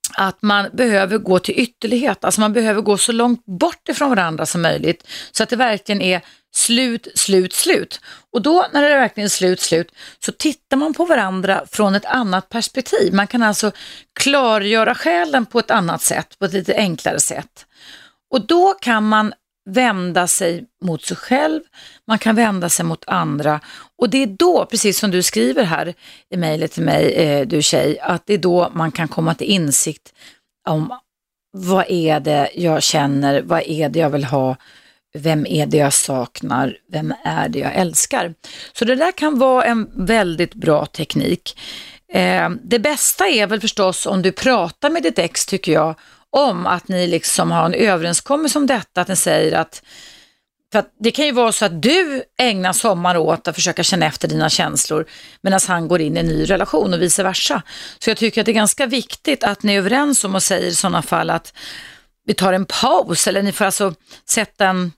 att man behöver gå till ytterlighet, alltså man behöver gå så långt bort ifrån varandra som möjligt så att det verkligen är slut, slut, slut. Och då när det är verkligen slut, slut så tittar man på varandra från ett annat perspektiv. Man kan alltså klargöra själen på ett annat sätt, på ett lite enklare sätt. Och då kan man vända sig mot sig själv, man kan vända sig mot andra och det är då, precis som du skriver här i mejlet till mig, eh, du tjej, att det är då man kan komma till insikt om vad är det jag känner, vad är det jag vill ha, vem är det jag saknar, vem är det jag älskar. Så det där kan vara en väldigt bra teknik. Eh, det bästa är väl förstås om du pratar med ditt ex, tycker jag, om att ni liksom har en överenskommelse om detta, att ni säger att, för att det kan ju vara så att du ägnar sommar åt att försöka känna efter dina känslor medan han går in i en ny relation och vice versa. Så jag tycker att det är ganska viktigt att ni är överens om och säger i sådana fall att vi tar en paus, eller ni får alltså sätta en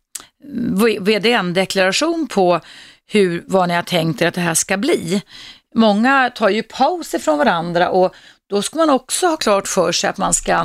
V D N-deklaration på hur, vad ni har tänkt er att det här ska bli. Många tar ju paus ifrån varandra och då ska man också ha klart för sig att man ska,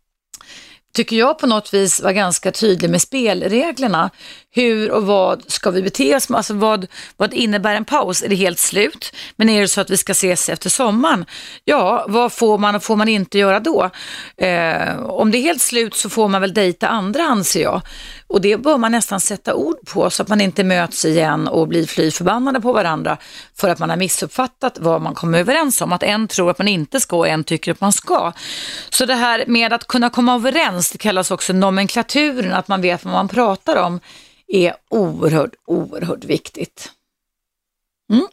tycker jag, på något vis vara ganska tydlig med spelreglerna. Hur och vad ska vi bete oss med? Alltså vad, vad innebär en paus? Är det helt slut? Men är det så att vi ska ses efter sommaren? Ja, vad får man och får man inte göra då? Eh, om det är helt slut så får man väl dejta andra, anser jag. Och det bör man nästan sätta ord på så att man inte möts igen och blir fly förbannade på varandra för att man har missuppfattat vad man kommer överens om. Att en tror att man inte ska och en tycker att man ska. Så det här med att kunna komma överens, det kallas också nomenklaturen, att man vet vad man pratar om, är oerhört, oerhört viktigt. Mm.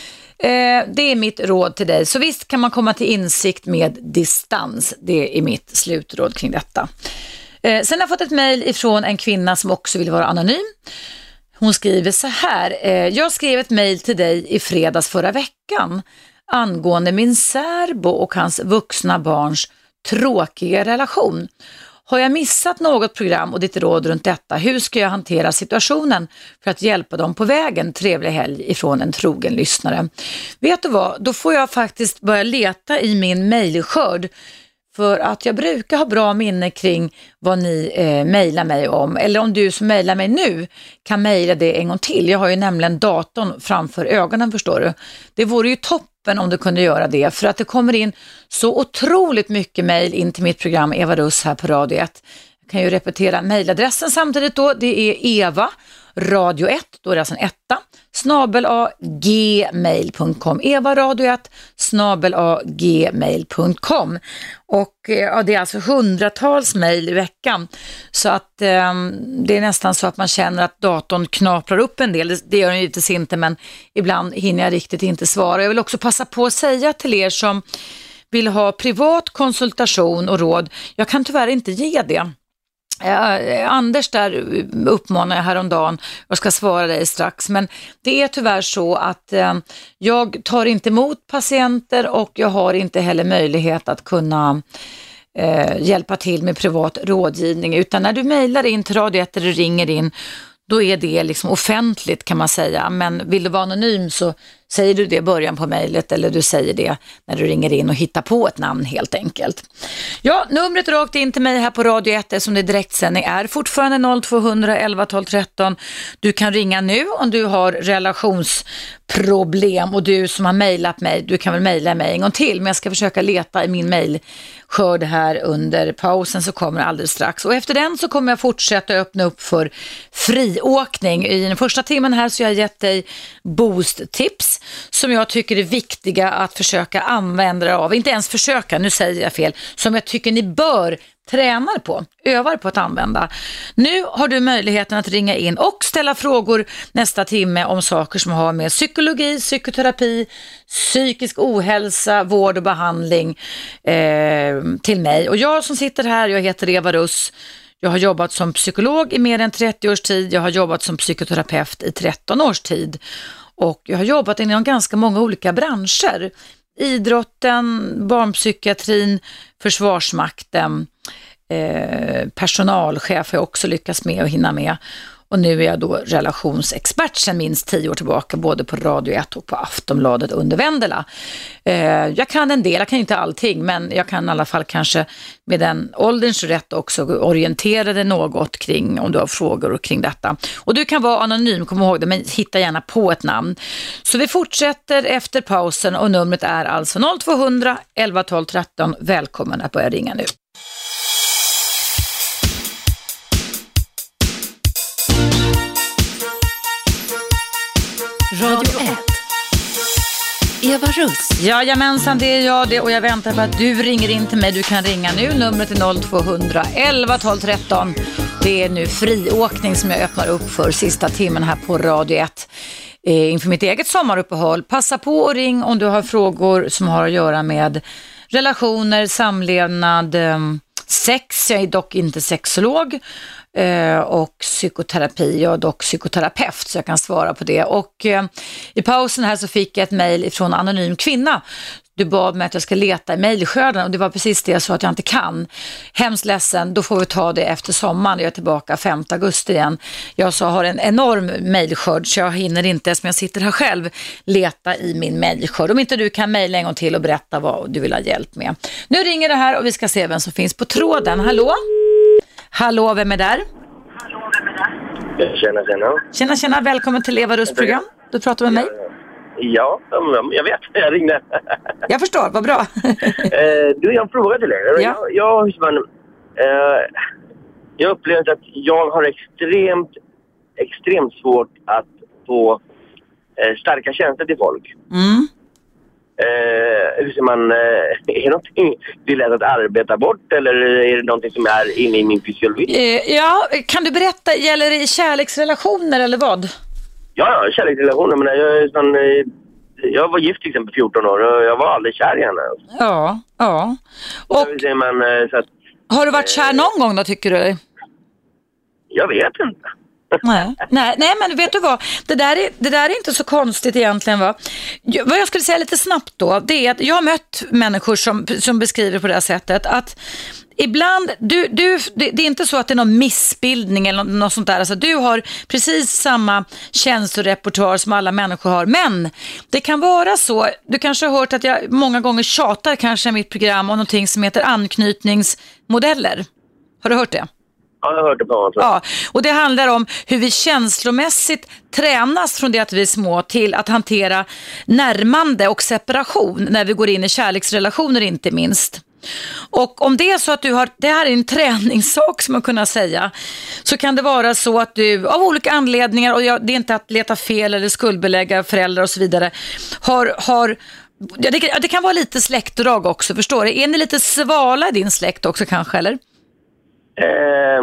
Eh, det är mitt råd till dig. Så visst kan man komma till insikt med distans. Det är mitt slutråd kring detta. Eh, sen har jag fått ett mejl ifrån en kvinna som också vill vara anonym. Hon skriver så här. Eh, jag skrev ett mejl till dig i fredags förra veckan angående min särbo och hans vuxna barns tråkiga relation. Har jag missat något program och ditt råd runt detta? Hur ska jag hantera situationen för att hjälpa dem på vägen? Trevlig helg ifrån en trogen lyssnare. Vet du vad? Då får jag faktiskt börja leta i min mejlskörd. För att jag brukar ha bra minne kring vad ni eh, mejlar mig om. Eller om du som mejlar mig nu kan mejla det en gång till. Jag har ju nämligen datorn framför ögonen, förstår du. Det vore ju toppen om du kunde göra det. För att det kommer in så otroligt mycket mejl in till mitt program Eva Russ här på Radio ett. Jag kan ju repetera mejladressen samtidigt då. Det är Eva Radio ett, då är det alltså en etta, snabel a gmail punkt com. Eva Radio ett, snabel a gmail punkt com. Och ja, det är alltså hundratals mejl i veckan. Så att eh, det är nästan så att man känner att datorn knaprar upp en del. Det, det gör den givetvis inte, men ibland hinner jag riktigt inte svara. Jag vill också passa på att säga till er som vill ha privat konsultation och råd. Jag kan tyvärr inte ge det. Eh, Anders där uppmanar jag häromdagen, jag ska svara dig strax, men det är tyvärr så att eh, jag tar inte emot patienter och jag har inte heller möjlighet att kunna eh, hjälpa till med privat rådgivning, utan när du mejlar in till Radio ett eller ringer in, då är det liksom offentligt, kan man säga. Men vill du vara anonym så säger du det i början på mejlet, eller du säger det när du ringer in och hittar på ett namn helt enkelt. Ja, numret rakt in till mig här på Radio ett som det är direktsändning är fortfarande noll två hundra elva tolv tretton. Du kan ringa nu om du har relationsproblem, och du som har mejlat mig, du kan väl mejla mig en gång till, men jag ska försöka leta i min mejlskörd här under pausen, så kommer alldeles strax. Och efter den så kommer jag fortsätta öppna upp för friåkning. I den första timmen här så har jag gett dig boosttips som jag tycker är viktiga att försöka använda av, inte ens försöka, nu säger jag fel, som jag tycker ni bör träna på, övar på att använda. Nu har du möjligheten att ringa in och ställa frågor nästa timme om saker som har med psykologi, psykoterapi, psykisk ohälsa, vård och behandling eh, till mig. Och jag som sitter här, jag heter Eva Russ. Jag har jobbat som psykolog i mer än trettio års tid. Jag har jobbat som psykoterapeut i tretton års tid. Och jag har jobbat inom ganska många olika branscher. Idrotten, barnpsykiatrin, försvarsmakten, eh, personalchef har jag också lyckats med att hinna med. Och nu är jag då relationsexpert sedan minst tio år tillbaka, både på Radio ett och på Aftonbladet under Vendela. Eh, jag kan en del, jag kan inte allting, men jag kan i alla fall kanske med den ålderns rätt också orientera dig något kring om du har frågor kring detta. Och du kan vara anonym, kom ihåg det, men hitta gärna på ett namn. Så vi fortsätter efter pausen och numret är alltså noll två hundra elva tolv tretton. Välkommen att börja ringa nu. Radio ett. Eva Russ. Jajamensan, det är jag det, och jag väntar på att du ringer in till mig. Du kan ringa nu, numret är noll två hundra elva tolv tretton. Det är nu friåkning som jag öppnar upp för sista timmen här på Radio ett eh, inför mitt eget sommaruppehåll. Passa på och ring om du har frågor som har att göra med relationer, samlevnad, eh, sex. Jag är dock inte sexolog. Eh, och psykoterapi, jag är dock psykoterapeut så jag kan svara på det. Och eh, i pausen här så fick jag ett mejl från en anonym kvinna. Du bad mig att jag ska leta i mejlskörden och det var precis det jag sa att jag inte kan. Hemskt ledsen, då får vi ta det efter sommaren. Jag är tillbaka femte augusti igen. Jag så har en enorm mejlskörd så jag hinner inte, som jag sitter här själv, leta i min mejlskörd. Om inte du kan mejla en gång till och berätta vad du vill ha hjälp med. Nu ringer det här och vi ska se vem som finns på tråden. Hallå? Hallå, vem är där? Tjena, tjena. Tjena, tjena. Välkommen till Eva Russ program. Du pratar med mig. Ja, jag vet. Jag ringde. Jag förstår, vad bra. Du, jag har en fråga till dig. Ja. Jag, jag, man, eh, jag har upplevt att jag har extremt, extremt svårt att få eh, starka känslor till folk. Mm. Eh, hur ser man, eh, är det någonting det är lätt att arbeta bort eller är det någonting som är inne i min fysiologi? Eh, ja, kan du berätta, gäller det i kärleksrelationer eller vad? Ja, ja, kärleksrelationer, men jag, är sån, eh, jag var gift till exempel fjorton år och jag var aldrig kär i henne. Ja, ja. Och så ser man, eh, så att, har du varit kär någon gång då, tycker du? jag vet inte. Nej, nej, nej, men vet du vad? Det där, är, det där är inte så konstigt egentligen, va? Jag, vad jag skulle säga lite snabbt då, det är att jag har mött människor som, som beskriver på det här sättet att ibland, du, du, det, det är inte så att det är någon missbildning eller något, något sånt där. Alltså, du har precis samma känslorepertoar som alla människor har. Men det kan vara så, du kanske har hört att jag många gånger tjatar kanske i mitt program om någonting som heter anknytningsmodeller. Har du hört det? Ja, jag har hört det på. Ja, och det handlar om hur vi känslomässigt tränas från det att vi är små till att hantera närmande och separation när vi går in i kärleksrelationer, inte minst. Och om det är så att du har, det här är en träningssak som man kunna säga, så kan det vara så att du av olika anledningar, och jag, det är inte att leta fel eller skuldbelägga föräldrar och så vidare, har, har ja, det, det kan vara lite släktdrag också, förstår du? Är ni lite svala i din släkt också kanske, eller? Eh,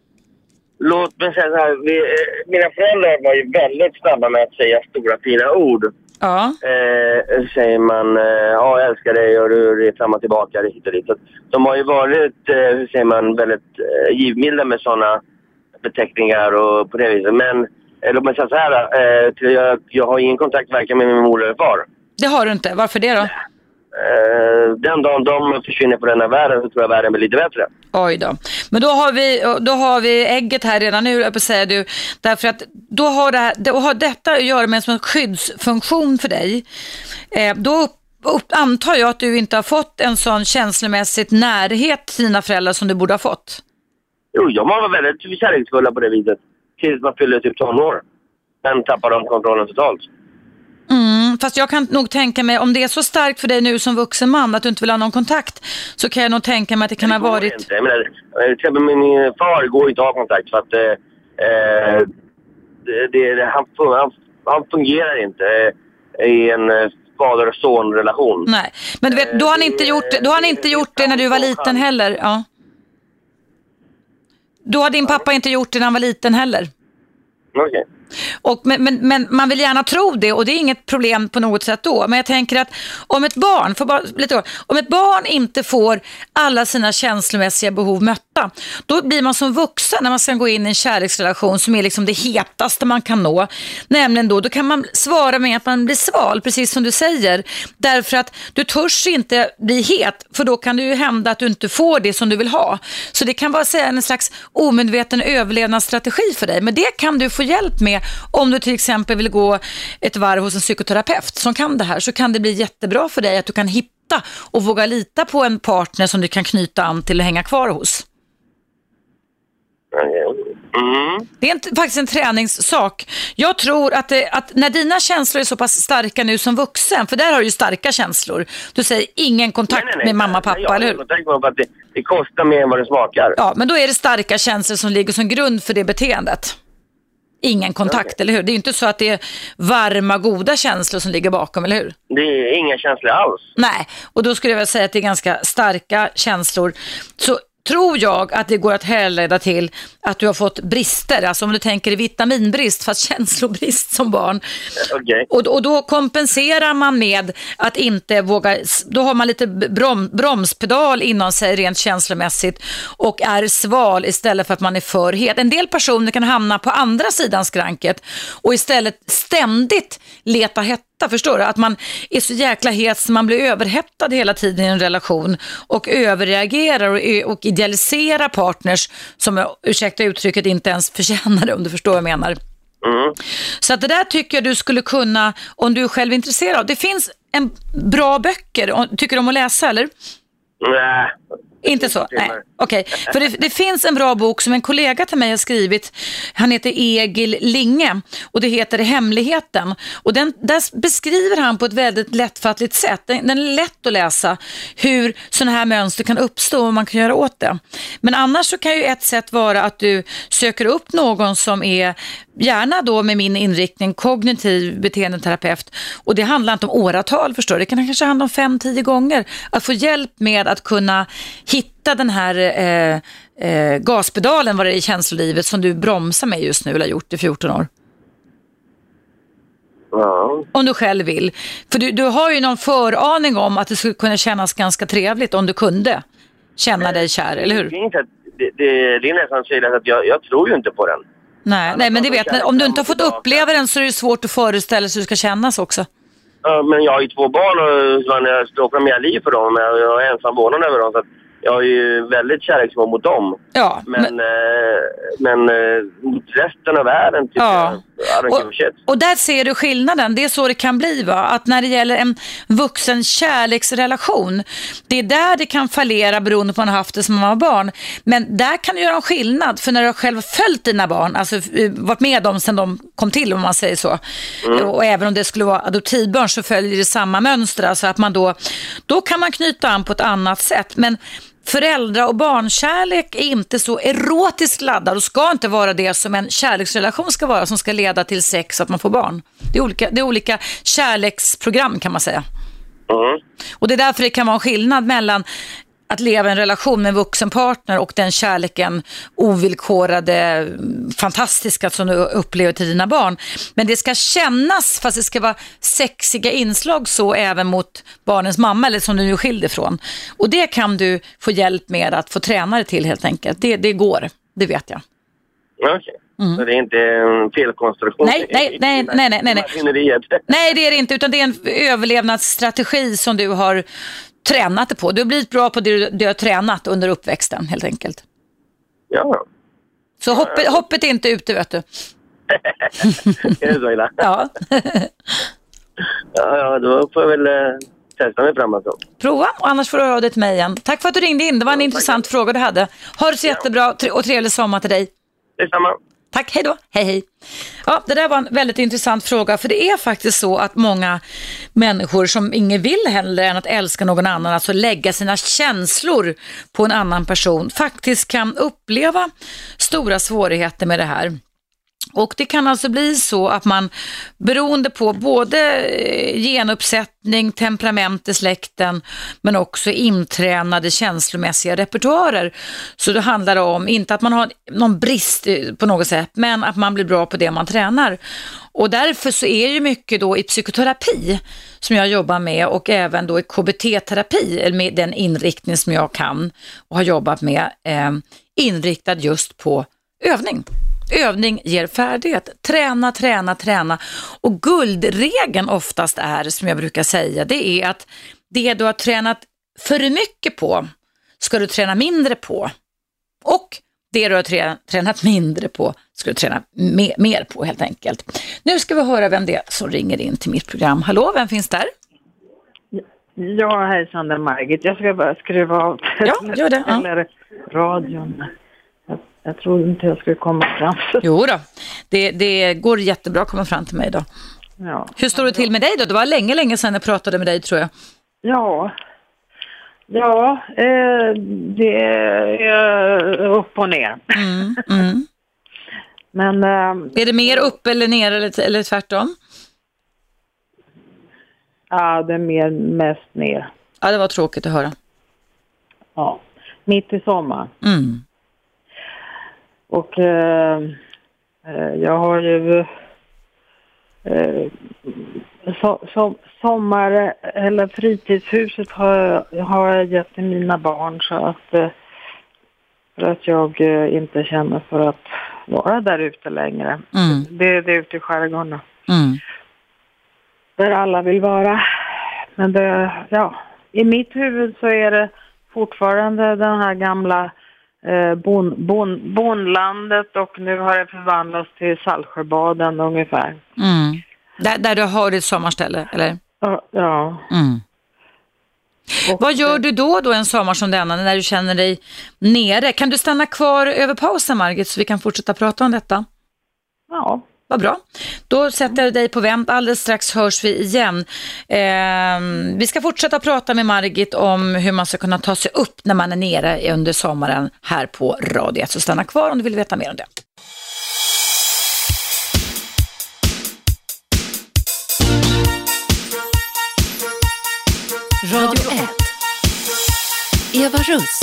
låt mig säga så här, vi, eh, mina föräldrar var ju väldigt snabba med att säga stora fina ord. Ja. Eh, säger man, eh, ja jag älskar dig och du är fram och tillbaka hit och dit. Så de har ju varit, eh, hur säger man, väldigt eh, givmilda med sådana beteckningar och på det viset. Men eh, låt mig säga så här, eh, jag, jag har ingen kontakt varken med min mor eller far. Det har du inte, varför det då? Eh, den dagen de försvinner på den här världen så tror jag världen blir lite bättre. Oj då. Men då har vi, då har vi ägget här redan nu, jag på säga du, därför att då har, det här, då har detta att göra med en skyddsfunktion för dig. Eh, då upp, upp, antar jag att du inte har fått en sån känslomässigt närhet till dina föräldrar som du borde ha fått. Jo, jag var väldigt kärleksfulla på det viset tills man fyllde typ tonår. Sen tappar de kontrollen totalt. Mm, fast jag kan nog tänka mig, om det är så starkt för dig nu som vuxen man att du inte vill ha någon kontakt, så kan jag nog tänka mig att det kan det ha varit... Inte. Jag menar, till exempel min, min far går inte att ha kontakt för att eh, det, det, han, han, han fungerar inte eh, i en fader- och son-relation. Nej, men du vet, då har han inte gjort, då har han inte gjort det när du var liten heller, ja. Då har din pappa inte gjort det när han var liten heller. Okej. Okay. Och, men, men, men man vill gärna tro det och det är inget problem på något sätt då. Men jag tänker att om ett barn, för bara, lite, om ett barn inte får alla sina känslomässiga behov mötta, då blir man som vuxen när man ska gå in i en kärleksrelation som är liksom det hetaste man kan nå. Nämligen då, då kan man svara med att man blir sval, precis som du säger. Därför att du törs inte bli het, för då kan det ju hända att du inte får det som du vill ha. Så det kan vara säga en slags omedveten överlevnadsstrategi för dig. Men det kan du få hjälp med om du till exempel vill gå ett varv hos en psykoterapeut som kan det här, så kan det bli jättebra för dig att du kan hitta och våga lita på en partner som du kan knyta an till och hänga kvar hos. Mm. Det är inte, faktiskt en träningssak. Jag tror att, det, att när dina känslor är så pass starka nu som vuxen, för där har du ju starka känslor. Du säger ingen kontakt nej, nej, nej, med mamma och pappa, nej, eller hur? Jag på att det, det kostar mer än vad det smakar. Ja, men då är det starka känslor som ligger som grund för det beteendet. Ingen kontakt, okay. Eller hur? Det är ju inte så att det är varma, goda känslor som ligger bakom, eller hur? Det är inga känslor alls. Nej, och då skulle jag väl säga att det är ganska starka känslor. Så tror jag att det går att härleda till att du har fått brister, alltså om du tänker i vitaminbrist fast känslobrist som barn. Okay. Och, och då kompenserar man med att inte våga, då har man lite brom, bromspedal inom sig rent känslomässigt och är sval istället för att man är för het. En del personer kan hamna på andra sidan skranket och istället ständigt leta hetta. Förstår du? Att man är så jäkla het så man blir överhettad hela tiden i en relation och överreagerar och, och idealiserar partners som, ursäkta uttrycket, inte ens förtjänar det, om du förstår vad jag menar. Mm. Så att det där tycker jag du skulle kunna, om du är själv intresserad av. Det finns en bra böcker. Tycker du om att läsa, eller? Nej. Inte så? Nej, okej. Okay. För det, det finns en bra bok som en kollega till mig har skrivit. Han heter Egil Linge och det heter Hemligheten. Och den, där beskriver han på ett väldigt lättfattligt sätt. Den, den är lätt att läsa hur sådana här mönster kan uppstå och vad man kan göra åt det. Men annars så kan ju ett sätt vara att du söker upp någon som är, gärna då med min inriktning, kognitiv beteendeterapeut. Och det handlar inte om åratal, förstår du. Det kan kanske handla om fem, tio gånger. Att få hjälp med att kunna hitta den här eh, eh, gaspedalen vad det är i känslolivet som du bromsar med just nu eller har gjort i fjorton år. Ja. Om du själv vill. För du, du har ju någon föraning om att det skulle kunna kännas ganska trevligt om du kunde känna dig kär, eller hur? Det, det, det är nästan så att jag, jag tror ju inte på den. Nej, nej men det vet, men om du inte har fått uppleva den så är det svårt att föreställa sig hur det ska kännas också. Ja, men jag har ju två barn och så jag ska åka med liv för dem. Jag är ensam vårdnad över dem, så att jag är ju väldigt kärleksfull mot dem. Ja, men men, eh, men eh, resten av världen tycker ja. jag och, och där ser du skillnaden. Det är så det kan bli, va? Att när det gäller en vuxen kärleksrelation, det är där det kan fallera beroende på att man har haft det som man var barn. Men där kan du göra en skillnad, för när du har själv följt dina barn, alltså varit med dem sedan de kom till, om man säger så. Mm. Och även om det skulle vara adoptivbarn så följer det samma mönster, alltså att man då, då kan man knyta an på ett annat sätt. Men föräldrar- och barnkärlek är inte så erotiskt laddad och ska inte vara det som en kärleksrelation ska vara, som ska leda till sex, att man får barn. Det är olika, det är olika kärleksprogram, kan man säga. Mm. Och det är därför det kan vara en skillnad mellan att leva en relation med en vuxen partner och den kärleken, ovillkorade, fantastiska som du upplever till dina barn. Men det ska kännas, fast det ska vara sexiga inslag så även mot barnens mamma, eller som du nu skilde från. Och det kan du få hjälp med att få träna dig till, helt enkelt. Det, det går, det vet jag. Okej. Okay. Mm. Så det är inte en felkonstruktion? Nej, nej, nej, nej, nej, nej, nej. Nej, det är det inte, utan det är en överlevnadsstrategi som du har tränat det på. Du har blivit bra på det du, du har tränat under uppväxten, helt enkelt. Ja. Så hoppet, hoppet är inte ute, vet du. Är det så illa? Ja. ja, ja, då får jag väl eh, testa mig framåt då. Prova, och annars får du höra det till mig igen. Tack för att du ringde in. Det var en ja, intressant fråga du hade. Ha det så jättebra och trevlig sommar till dig. Detsamma. Tack, hej då. Hej, hej. Ja, det där var en väldigt intressant fråga, för det är faktiskt så att många människor som ingen vill hellre än att älska någon annan, alltså lägga sina känslor på en annan person, faktiskt kan uppleva stora svårigheter med det här. Och det kan alltså bli så att man beroende på både genuppsättning, temperament i släkten men också intränade känslomässiga repertoarer. Så det handlar om inte att man har någon brist på något sätt men att man blir bra på det man tränar. Och därför så är ju mycket då i psykoterapi som jag jobbar med och även då i K B T-terapi eller med den inriktning som jag kan och har jobbat med eh, inriktad just på övning. Övning ger färdighet. Träna, träna, träna. Och guldregeln oftast är, som jag brukar säga, det är att det du har tränat för mycket på ska du träna mindre på. Och det du har tränat mindre på ska du träna mer, mer på helt enkelt. Nu ska vi höra vem det är som ringer in till mitt program. Hallå, vem finns där? Ja, hejsan, det är Margit. Jag ska bara skruva av ja, gör det. Ja. Eller radion. Jag, jag tror inte jag skulle komma fram. Jo då, det, det går jättebra att komma fram till mig då. Ja. Hur står det till med dig då? Det var länge, länge sedan jag pratade med dig tror jag. Ja, ja eh, det är upp och ner. Mm, mm. Men, eh, är det mer upp eller ner eller, eller tvärtom? Ja, det är mer mest ner. Ja, det var tråkigt att höra. Ja, mitt i sommar. Mm. Och eh, jag har ju eh, so, so, sommar eller fritidshuset har, har jag gett till mina barn så att eh, för att jag eh, inte känner för att vara där ute längre. Mm. Det, det är ute i skärgården. Mm. Där alla vill vara. Men det, ja, i mitt huvud så är det fortfarande den här gamla eh, bon, bon, bonlandet och nu har det förvandlats till Saltsjöbaden ungefär. Mm. Där, där du har ditt sommarställe, eller? Ja. ja. Mm. Vad gör du då då en sommar som denna när du känner dig nere? Kan du stanna kvar över pausen, Margit, så vi kan fortsätta prata om detta? Ja. Vad bra. Då sätter jag dig på vänt. Alldeles strax hörs vi igen. Eh, vi ska fortsätta prata med Margit om hur man ska kunna ta sig upp när man är nere under sommaren här på Radio ett. Så stanna kvar om du vill veta mer om det. Radio ett. Eva Russ.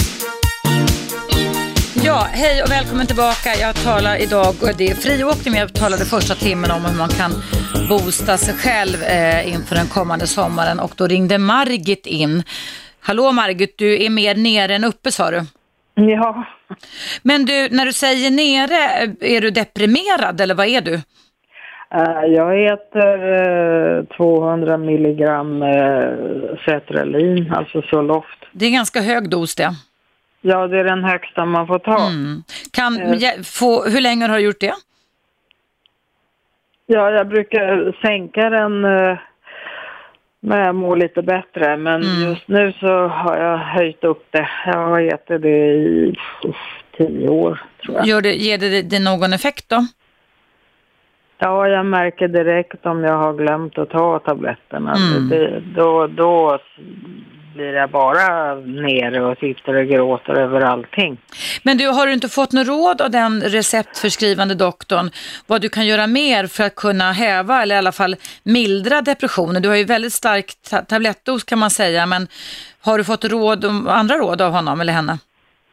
Ja, hej och välkommen tillbaka. Jag talar idag, det är friåkning, men jag talade första timmen om hur man kan boosta sig själv eh, inför den kommande sommaren. Och då ringde Margit in. Hallå Margit, du är mer nere än uppe, sa du? Ja. Men du, när du säger nere, är du deprimerad eller vad är du? Uh, jag äter uh, tvåhundra milligram uh, Cetralin, alltså Zoloft. Det är ganska hög dos det. Ja, det är den högsta man får ta. Mm. Kan, uh, få, hur länge har du gjort det? Ja, jag brukar sänka den uh, när jag mår lite bättre. Men mm. just nu så har jag höjt upp det. Jag har ätit det i uh, tio år, tror jag. Gör det, ger det, det någon effekt då? Ja, jag märker direkt om jag har glömt att ta tabletterna. Mm. Det, då, då blir jag bara nere och sitter och gråter över allting. Men du, har du inte fått något råd av den receptförskrivande doktorn vad du kan göra mer för att kunna häva eller i alla fall mildra depressionen? Du har ju väldigt stark ta- tablettdos kan man säga, men har du fått råd, andra råd av honom eller henne?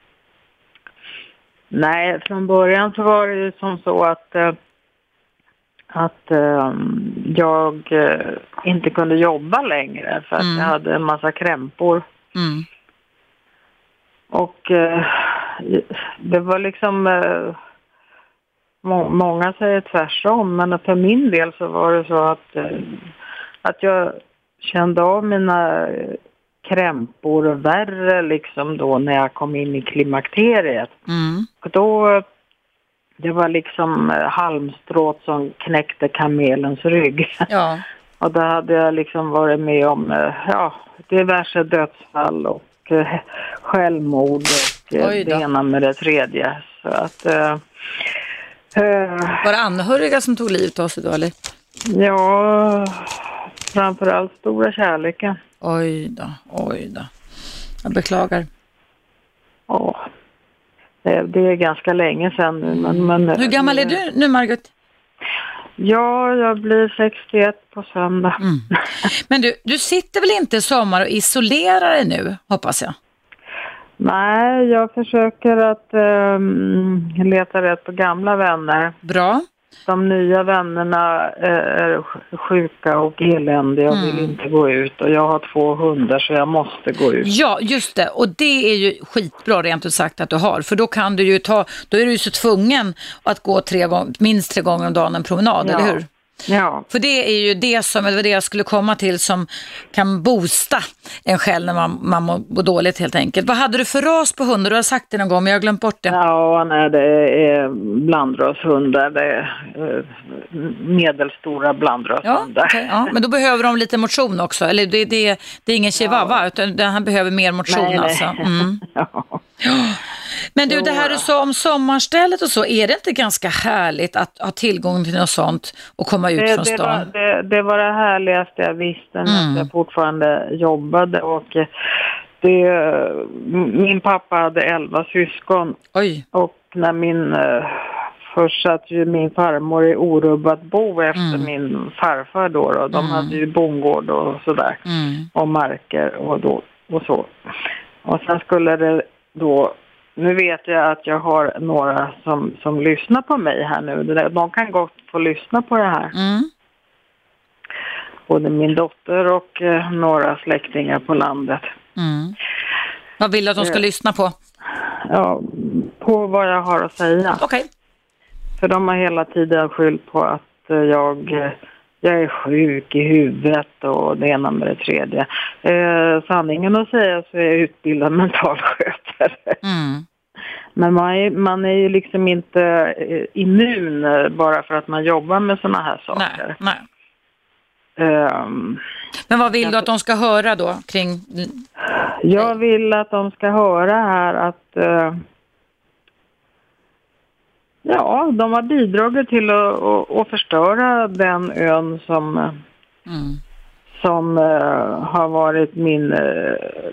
Nej, från början så var det ju som så att... Uh, att uh, jag uh, inte kunde jobba längre för att mm. jag hade en massa krämpor. Mm. Och uh, det var liksom, uh, må- många säger tvärsom, men för min del så var det så att, uh, att jag kände av mina krämpor värre liksom då när jag kom in i klimakteriet. Mm. Och då... Det var liksom halmstrået som knäckte kamelens rygg. Ja. Och då hade jag liksom varit med om ja, diverse dödsfall och eh, självmord och eh, det ena med det tredje. Så att, eh, var det anhöriga som tog livet av sig då, eller? Ja, framförallt stora kärleken. Oj då, oj då. Jag beklagar. Ja. Det är ganska länge sedan nu. Men, men, hur gammal är du nu, Margit? Ja, jag blir sextioett på söndag. Mm. Men du, du sitter väl inte i sommar och isolerar dig nu, hoppas jag? Nej, jag försöker att um, leta rätt på gamla vänner. Bra. De nya vännerna är sjuka och eländiga. Jag vill mm. inte gå ut. Och jag har två hundar så jag måste gå ut. Ja, just det. Och det är ju skitbra rent ut sagt att du har. För då kan du ju ta, då är du ju så tvungen att gå tre gång, minst tre gånger om dagen en promenad, ja. Eller hur? Ja. För det är ju det som, eller det jag skulle komma till, som kan boosta en själv när man, man mår dåligt helt enkelt. Vad hade du för ras på hundar? Du har sagt det någon gång men jag har glömt bort det. Ja, nej, det är blandrashundar. Det är medelstora blandrashundar. Ja, okay, ja, men då behöver de lite motion också. Eller det, det, det är ingen chihuahua, ja. Utan han behöver mer motion. Nej, alltså. Mm. Ja. Men du, det här du sa om sommarstället och så, är det inte ganska härligt att ha tillgång till något sånt och komma ut det, från stan? Det var det, det var det härligaste jag visste när mm. jag fortfarande jobbade. Och det, min pappa hade elva syskon. Oj. Och när min, först satt ju min farmor i orubbat bo efter mm. min farfar då. Och de mm. hade ju bondgård och sådär. Mm. Och marker och, då, och så. Och sen skulle det då... Nu vet jag att jag har några som, som lyssnar på mig här nu. De kan gott få lyssna på det här. Mm. Både min dotter och eh, några släktingar på landet. Mm. Vad vill du att de ska eh, lyssna på? Ja, på vad jag har att säga. Okej. Okay. För de har hela tiden skyllt på att eh, jag... Eh, Jag är sjuk i huvudet och det ena med det tredje. Eh, sanningen att säga så är jag utbildad mentalskötare. Mm. Men man är, man är ju liksom inte eh, immun bara för att man jobbar med såna här saker. Nej, nej. Eh, Men vad vill jag, du att de ska höra då kring... Jag vill att de ska höra här att... Eh, Ja, de har bidragit till att, att, att förstöra den ön som, mm. som uh, har varit min, uh,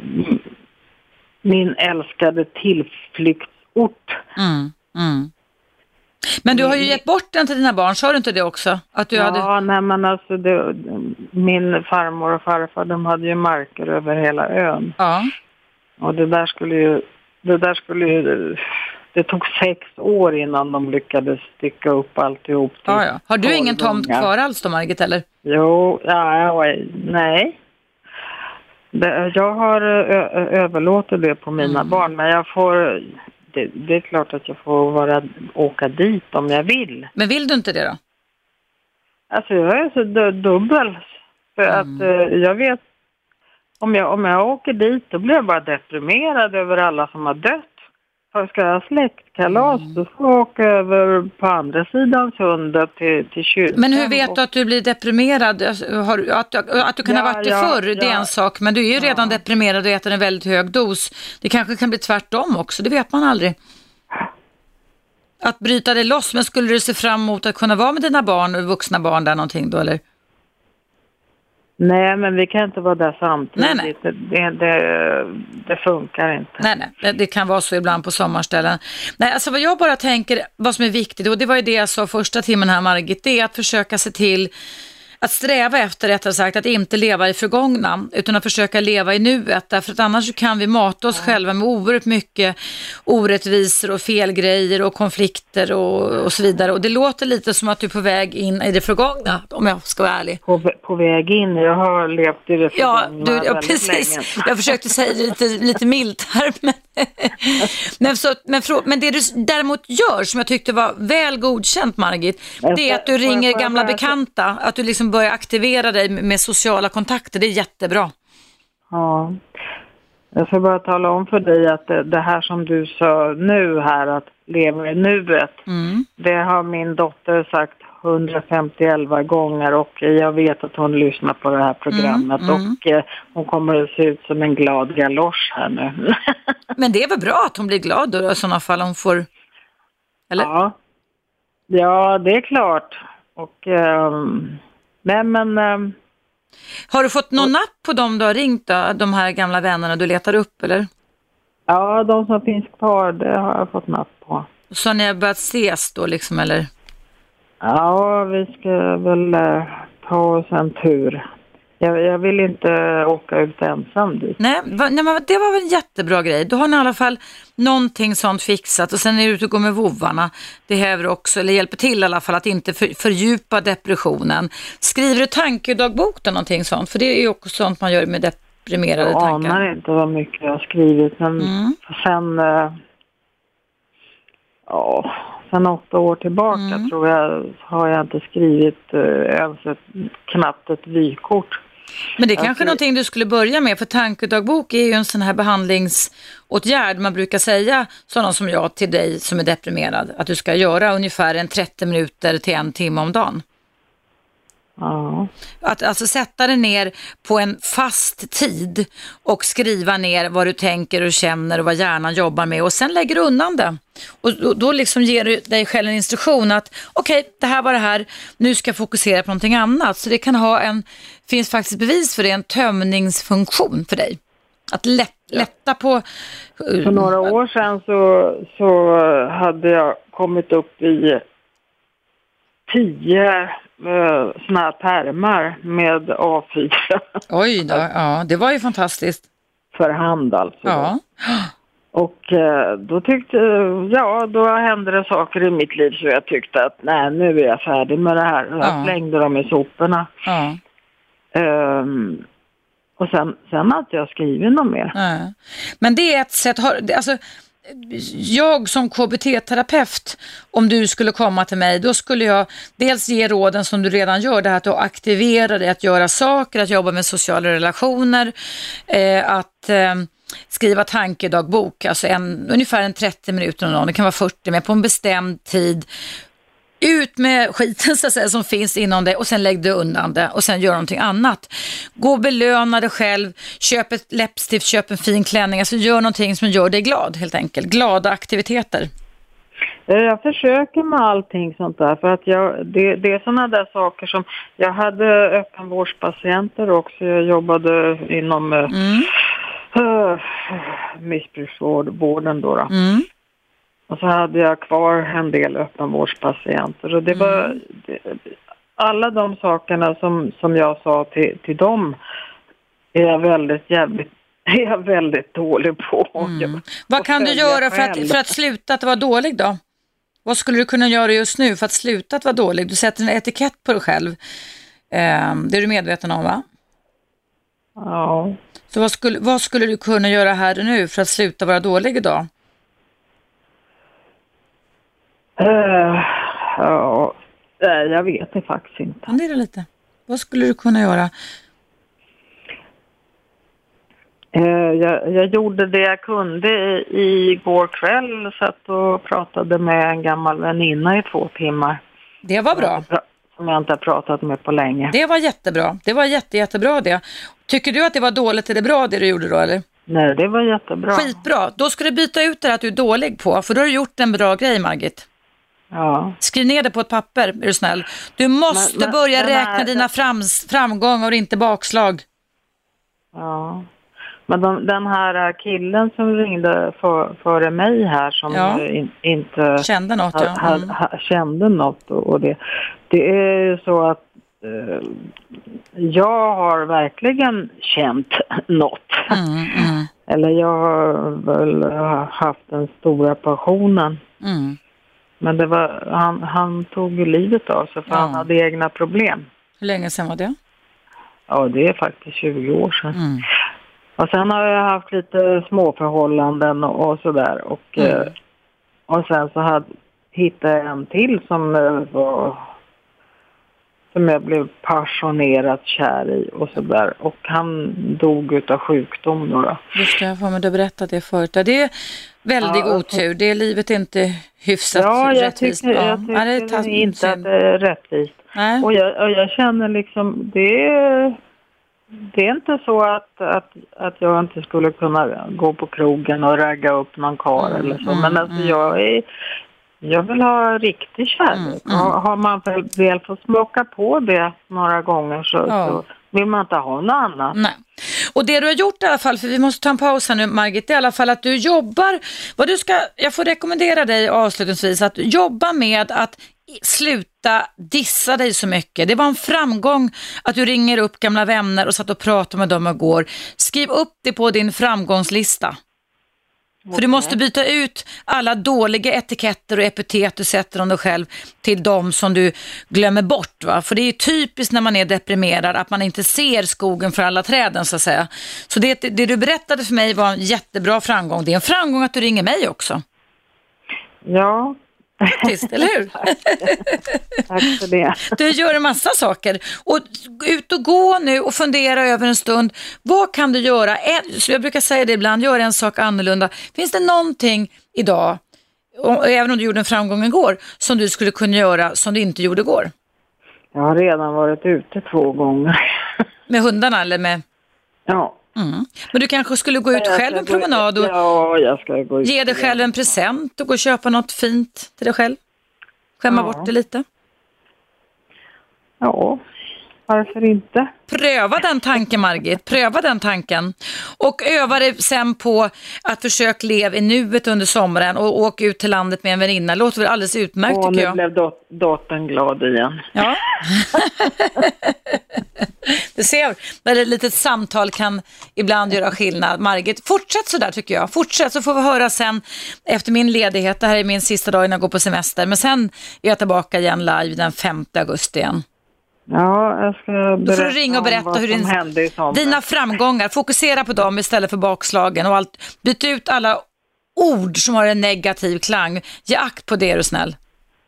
min älskade tillflyktsort. Mm. Mm. Men du har ju gett bort den till dina barn, sa du inte det också? Att du ja, hade... nej men alltså det, min farmor och farfar, de hade ju marker över hela ön. Ja. Och det där skulle ju, det där skulle ju... Det tog sex år innan de lyckades stycka upp alltihop. Ja, ja. Har du ingen tomt kvar alls då, Margit, eller? Jo, ja, nej. Det, jag har ö- överlåtit det på mina mm. barn, men jag får... Det, det är klart att jag får vara, åka dit om jag vill. Men vill du inte det då? Alltså jag är så d- dubbel. För mm. att uh, jag vet... Om jag, om jag åker dit då blir jag bara deprimerad över alla som har dött. Ska jag ha släktkalas mm. då får jag åka över på andra sidan sundet till, till kyrkan. Men hur vet du att du blir deprimerad? Har, att, att du kan ja, ha varit det ja, förr, ja. Det är en sak. Men du är ju redan ja. deprimerad och äter en väldigt hög dos. Det kanske kan bli tvärtom också, det vet man aldrig. Att bryta det loss, men skulle du se fram emot att kunna vara med dina barn och vuxna barn där någonting då, eller? Nej, men vi kan inte vara där samtidigt. Nej, nej. Det, det, det funkar inte. Nej, nej. Det, det kan vara så ibland på sommarställen. Nej, alltså vad jag bara tänker, vad som är viktigt, och det var ju det jag sa första timmen här, Margit, det är att försöka se till att sträva efter, rättare sagt, att inte leva i förgångna utan att försöka leva i nuet, därför att annars kan vi mata oss själva med oerhört mycket orättvisor och felgrejer och konflikter och, och så vidare, och det låter lite som att du är på väg in i det förgångna, om jag ska vara ärlig. På, på väg in, jag har levt i det förgångna. Ja, du, ja precis, länge. Jag försökte säga det lite, lite milt här, men, men, så, men, men det du däremot gör som jag tyckte var väl godkänt, Margit, det är att du ringer gamla bekanta, att du liksom börja aktivera dig med sociala kontakter. Det är jättebra. Ja. Jag ska bara tala om för dig att det, det här som du sa nu här, att leva i nuet, mm. det har min dotter sagt hundrafemtioelva gånger och jag vet att hon lyssnar på det här programmet mm. Mm. och eh, hon kommer att se ut som en glad galosch här nu. Men det är väl bra att hon blir glad då i sådana fall hon får... Eller? Ja. Ja, det är klart. Och... Um... Nej, men... Ähm, har du fått någon napp på dem du har ringt då, de här gamla vännerna du letar upp, eller? Ja, de som finns kvar, det har jag fått napp på. Så ni har börjat ses då liksom, eller? Ja, vi ska väl äh, ta oss en tur. Jag, jag vill inte åka ut ensam dit. Nej, va, nej, men det var väl en jättebra grej. Då har ni i alla fall någonting sånt fixat. Och sen är det ute och går med vovvarna. Det häver också, eller hjälper till i alla fall, att inte för, fördjupa depressionen. Skriver du tankedagbok då, någonting sånt? För det är ju också sånt man gör med deprimerade jag tankar. Jag anar inte vad mycket jag har skrivit. Men mm. sen, äh, ja, sen åtta år tillbaka mm. tror jag har jag inte skrivit äh, ens ett, knappt ett vykort. Men det är kanske är någonting du skulle börja med, för tankedagbok är ju en sån här behandlingsåtgärd. Man brukar säga, sådana som jag till dig som är deprimerad, att du ska göra ungefär en trettio minuter till en timme om dagen. Ja. Att alltså sätta dig ner på en fast tid och skriva ner vad du tänker och känner och vad hjärnan jobbar med, och sen lägger du undan det. Och då, då liksom ger du dig själv en instruktion att okej, okay, det här var det här, nu ska jag fokusera på någonting annat. Så det kan ha en, finns faktiskt bevis för det, en tömningsfunktion för dig. Att lätt, lätta på... För några år sedan så, så hade jag kommit upp i tio såna här pärmar med A fyra. Oj då, ja, det var ju fantastiskt. För hand alltså. Ja. Och då tyckte, ja, då hände det saker i mitt liv så jag tyckte att nej, nu är jag färdig med det här. Jag ja. slängde dem i soporna. Ja. Um, och sen, sen hade jag skrivit något mer. Ja. Men det är ett sätt, alltså jag som K B T-terapeut, om du skulle komma till mig, då skulle jag dels ge råden som du redan gör, det här att du aktiverar dig att göra saker, att jobba med sociala relationer, eh, att eh, skriva tankedagbok, alltså en, ungefär en trettio minuter någon, det kan vara fyrtio, men på en bestämd tid. Ut med skiten så att säga, som finns inom dig, och sen lägg det undan det och sen gör någonting annat. Gå och belöna dig själv, köp ett läppstift, köp en fin klänning, alltså gör någonting som gör dig glad helt enkelt. Glada aktiviteter. Jag försöker med allting sånt där, för att jag, det, det är sådana där saker som, jag hade öppenvårdspatienter också, jag jobbade inom mm. uh, missbruksvården då. då. Mm. Och så hade jag kvar en del öppenvårdspatienter. Och det var mm. det, alla de sakerna som, som jag sa till, till dem är jag väldigt jävligt är jag väldigt dålig på. Mm. Vad kan du göra för att, för att sluta att vara dålig då? Vad skulle du kunna göra just nu för att sluta att vara dålig? Du sätter en etikett på dig själv. Eh, det är du medveten om, va? Ja. Så vad skulle, vad skulle du kunna göra här och nu för att sluta vara dålig idag? Uh, ja, jag vet det faktiskt inte. Men det är det lite. Vad skulle du kunna göra? Uh, jag, jag gjorde det jag kunde i, igår kväll. Satt och pratade med en gammal väninna i två timmar. Det var bra. Som jag inte har pratat med på länge. Det var jättebra. Det var jätte, jättebra det. Tycker du att det var dåligt eller bra det du gjorde då, eller? Nej, det var jättebra. Skitbra. Då ska du byta ut det att du är dålig på. För då har du gjort en bra grej, Margit. Ja. Skriv ner det på ett papper, är du snäll. Du måste men, men, börja räkna här, dina frams, framgångar och inte bakslag. Ja. Men de, den här killen som ringde för, före mig här som ja. in, inte kände något, ja. mm. ha, ha, kände något och, och det, det är ju så att eh, jag har verkligen känt något. Mm, mm. Eller jag har väl haft den stora passionen. Mm. Men det var, han, han tog ju livet av sig för ja. han hade egna problem. Hur länge sedan var det? Ja, det är faktiskt tjugo år sedan. Mm. Och sen har jag haft lite småförhållanden och, och sådär. Och, mm. eh, och sen så hade, hittade jag en till som eh, var... som jag blev passionerat kär i och sådär. Och han dog utav sjukdom då. då. Just det, jag får mig att berätta det förut. Det är väldigt ja, otur. Det är livet inte hyfsat ja, jag rättvist. Tycker, jag tycker ja, det är inte att det är rättvist. Nej. Och jag, och jag känner liksom, det är, det är inte så att, att, att jag inte skulle kunna gå på krogen och ragga upp någon karl mm, eller så. Mm, Men alltså mm. jag är... Jag vill ha riktig kärlek. Mm, mm. Har man väl, väl fått smaka på det några gånger så, ja. så vill man inte ha något annat. Nej. Och det du har gjort i alla fall, för vi måste ta en paus här nu Margit, det är i alla fall att du jobbar, vad du ska, jag får rekommendera dig avslutningsvis att jobba med att sluta dissa dig så mycket. Det var en framgång att du ringer upp gamla vänner och satt och pratade med dem igår. Skriv upp det på din framgångslista. Okay. För du måste byta ut alla dåliga etiketter och epitet du sätter om dig själv till de som du glömmer bort. Va? För det är typiskt när man är deprimerad att man inte ser skogen för alla träden så att säga. Så det, det du berättade för mig var en jättebra framgång. Det är en framgång att du ringer mig också. Ja. Faktiskt, eller hur? Tack för det. Du gör en massa saker. Och ut och gå nu och fundera över en stund. Vad kan du göra? Så jag brukar säga det ibland, gör en sak annorlunda. Finns det någonting idag, och även om du gjorde en framgång igår, som du skulle kunna göra som du inte gjorde igår? Jag har redan varit ute två gånger. Med hundarna eller med... Ja. Mm. Men du kanske skulle gå ut själv en promenad och ja, jag ska gå ut ge dig själv en present och gå och köpa något fint till dig själv. Skämma ja. bort det lite. Ja, varför inte? Pröva den tanken, Margit. Pröva den tanken. Och öva dig sen på att försöka leva i nuet under sommaren och åka ut till landet med en väninna. Låter väl alldeles utmärkt, Åh, tycker jag. nu blev dot- dottern glad igen. Ja. Du ser, där ett litet samtal kan ibland göra skillnad. Margit, fortsätt så där tycker jag. Fortsätt så får vi höra sen efter min ledighet. Det här är min sista dag innan jag går på semester. Men sen är jag tillbaka igen live den femte augusti igen. Ja, jag ska berätta. Då får du ringa och berätta hur din, dina framgångar, fokusera på dem istället för bakslagen och allt. Byt ut alla ord som har en negativ klang. Ge akt på det, är du snäll.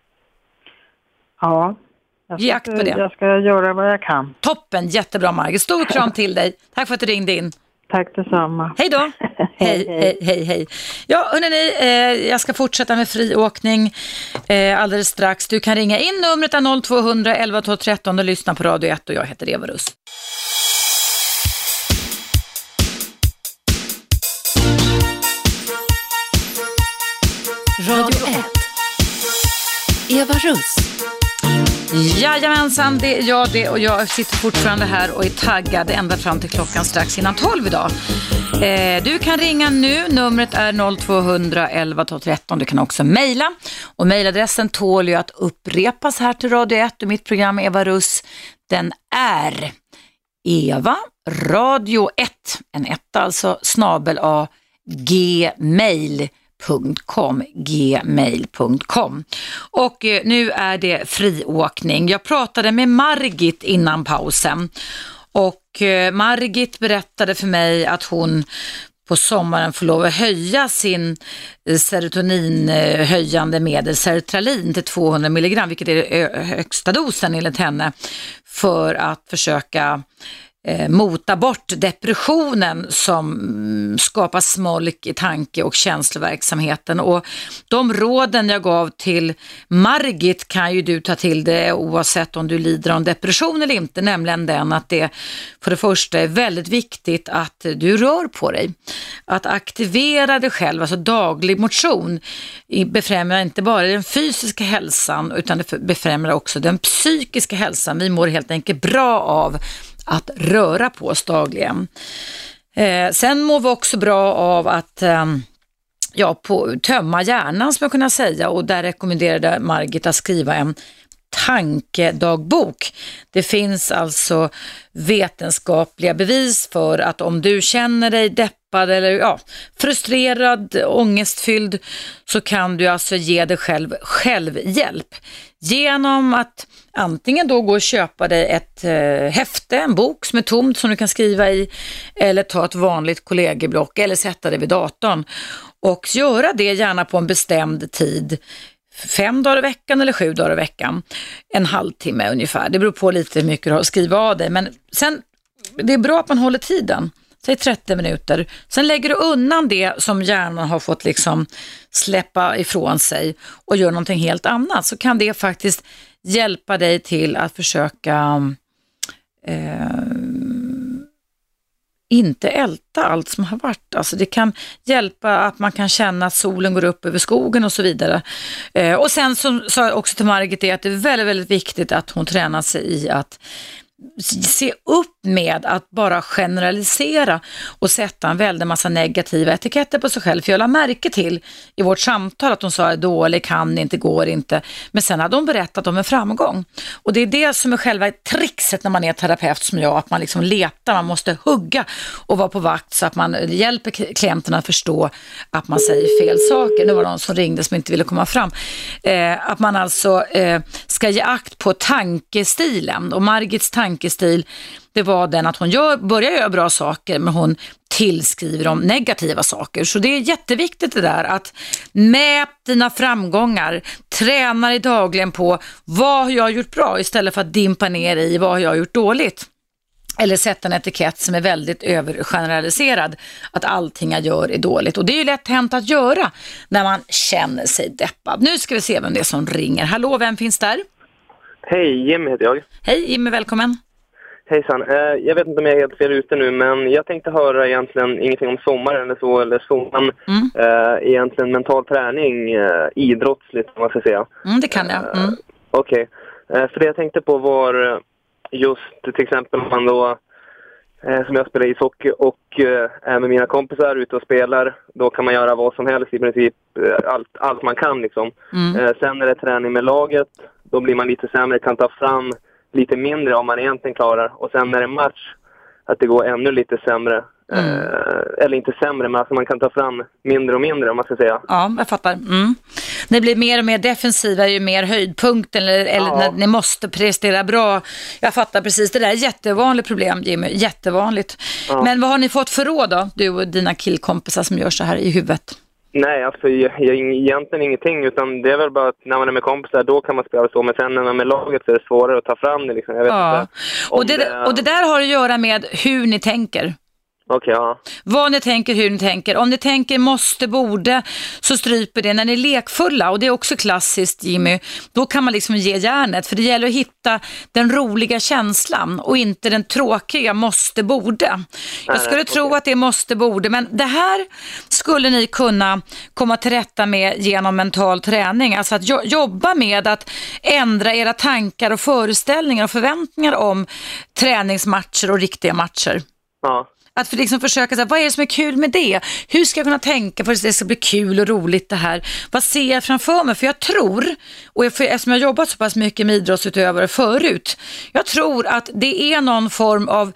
Ja, jag Ge akt på det. Jag ska göra vad jag kan. Toppen, jättebra Margit. Stor kram till dig. Tack för att du ringde in. Tack detsamma. Hej då. hej, hej, hej, hej. Ja, hörrni, eh, jag ska fortsätta med friåkning eh, alldeles strax. Du kan ringa in, numret är noll två hundra elva tolv tretton och lyssna på Radio ett och jag heter Eva Russ. Radio ett. Eva Russ. Jajamensan, det är jag det och jag sitter fortfarande här och är taggad ända fram till klockan strax innan tolv idag. Eh, du kan ringa nu, numret är noll två hundra elva tolv tretton. Du kan också mejla och mejladressen tål ju att upprepas här till Radio ett och mitt program Eva Russ. Den är Eva Radio ett, en etta alltså, snabel a gmail punkt com, gmail punkt com. Och eh, nu är det friåkning. Jag pratade med Margit innan pausen och eh, Margit berättade för mig att hon på sommaren får lov att höja sin serotoninhöjande medel sertralin till tvåhundra milligram, vilket är högsta dosen enligt henne, för att försöka eh, mota bort depressionen som skapar smolk i tanke- och känsloverksamheten. Och de råden jag gav till Margit kan ju du ta till det oavsett om du lider av depression eller inte, nämligen den att det för det första är väldigt viktigt att du rör på dig. Att aktivera dig själv, alltså daglig motion, befrämjar inte bara den fysiska hälsan utan det befrämjar också den psykiska hälsan. Vi mår helt enkelt bra av att röra på oss dagligen. Eh, sen mår vi också bra av att eh, ja, på, tömma hjärnan som jag kunna säga, och där rekommenderade Margit att skriva en tankedagbok. Det finns alltså vetenskapliga bevis för att om du känner dig deppad eller ja, frustrerad, ångestfylld, så kan du alltså ge dig själv självhjälp genom att antingen då gå och köpa dig ett eh, häfte, en bok som är tomt som du kan skriva i, eller ta ett vanligt kollegieblock eller sätta dig vid datorn och göra det gärna på en bestämd tid. Fem dagar i veckan eller sju dagar i veckan. En halvtimme ungefär. Det beror på lite hur mycket du har att skriva av dig. Men sen, det är bra att man håller tiden. Säg trettio minuter. Sen lägger du undan det som hjärnan har fått liksom släppa ifrån sig och gör någonting helt annat. Så kan det faktiskt hjälpa dig till att försöka eh, inte älta allt som har varit. Alltså det kan hjälpa att man kan känna att solen går upp över skogen och så vidare. Eh, och sen så sa jag också till Margit att det är väldigt, väldigt viktigt att hon tränar sig i att se upp med att bara generalisera och sätta en väldigt massa negativa etiketter på sig själv. För jag la märke till i vårt samtal att hon sa dålig, kan inte, går inte. Men sen hade hon berättat om en framgång. Och det är det som är själva trixet när man är terapeut som jag, att man liksom letar, man måste hugga och vara på vakt så att man hjälper klienterna att förstå att man säger fel saker. Nu var det någon som ringde som inte ville komma fram. Eh, att man alltså eh, ska ge akt på tankestilen. Och Margits tankestil, det var den att hon gör, börjar göra bra saker, men hon tillskriver om negativa saker. Så det är jätteviktigt det där att mät dina framgångar, träna dig dagligen på vad har jag gjort bra istället för att dimpa ner i vad har jag gjort dåligt. Eller sätta en etikett som är väldigt övergeneraliserad, att allting jag gör är dåligt. Och det är ju lätt hänt att göra när man känner sig deppad. Nu ska vi se vem det är som ringer. Hallå, vem finns där? Hej, Jimmy heter jag. Hej Jimmy, välkommen. Hejsan. Eh, jag vet inte om jag är helt fel ute nu, men jag tänkte höra egentligen ingenting om sommaren eller så, eller sommaren. Mm. Eh, egentligen mental träning, eh, idrottsligt, vad man ska säga. Mm, det kan jag. Mm. Eh, Okej. Okay. Eh, för det jag tänkte på var just till exempel man då, eh, som jag spelar ishockey och eh, är med mina kompisar ute och spelar, då kan man göra vad som helst i princip, eh, allt, allt man kan liksom. Mm. Eh, sen när det är träning med laget, då blir man lite sämre, kan ta fram lite mindre om man egentligen klarar. Och sen när det är match, att det går ännu lite sämre. Mm. Eh, eller inte sämre, men alltså man kan ta fram mindre och mindre, om man ska säga. Ja, jag fattar. Mm. Ni blir mer och mer defensiva ju mer höjdpunkt, eller, eller ja. När ni måste prestera bra. Jag fattar precis. Det där är ett jättevanligt problem, Jimmy. Jättevanligt. Ja. Men vad har ni fått för råd då, du och dina killkompisar som gör så här i huvudet? Nej, alltså jag, jag, egentligen ingenting, utan det är väl bara att när man är med kompisar, då kan man spela så, men sen när man är med laget så är det svårare att ta fram det liksom. Jag vet ja. inte. Och det, det... och det där har att göra med hur ni tänker. Okej, okay, ja. Vad ni tänker, hur ni tänker. Om ni tänker måste, borde, så stryper det. När ni är lekfulla, och det är också klassiskt, Jimmy, då kan man liksom ge järnet. För det gäller att hitta den roliga känslan och inte den tråkiga måste, borde. Jag skulle nej, tro okay. att det är måste, borde. Men det här skulle ni kunna komma till rätta med genom mental träning. Alltså att jo- jobba med att ändra era tankar och föreställningar och förväntningar om träningsmatcher och riktiga matcher. Ja. Att för liksom försöka säga, vad är det som är kul med det? Hur ska jag kunna tänka för att det ska bli kul och roligt det här? Vad ser jag framför mig? För jag tror, och eftersom jag har jobbat så pass mycket med idrottsutövare förut, jag tror att det är någon form av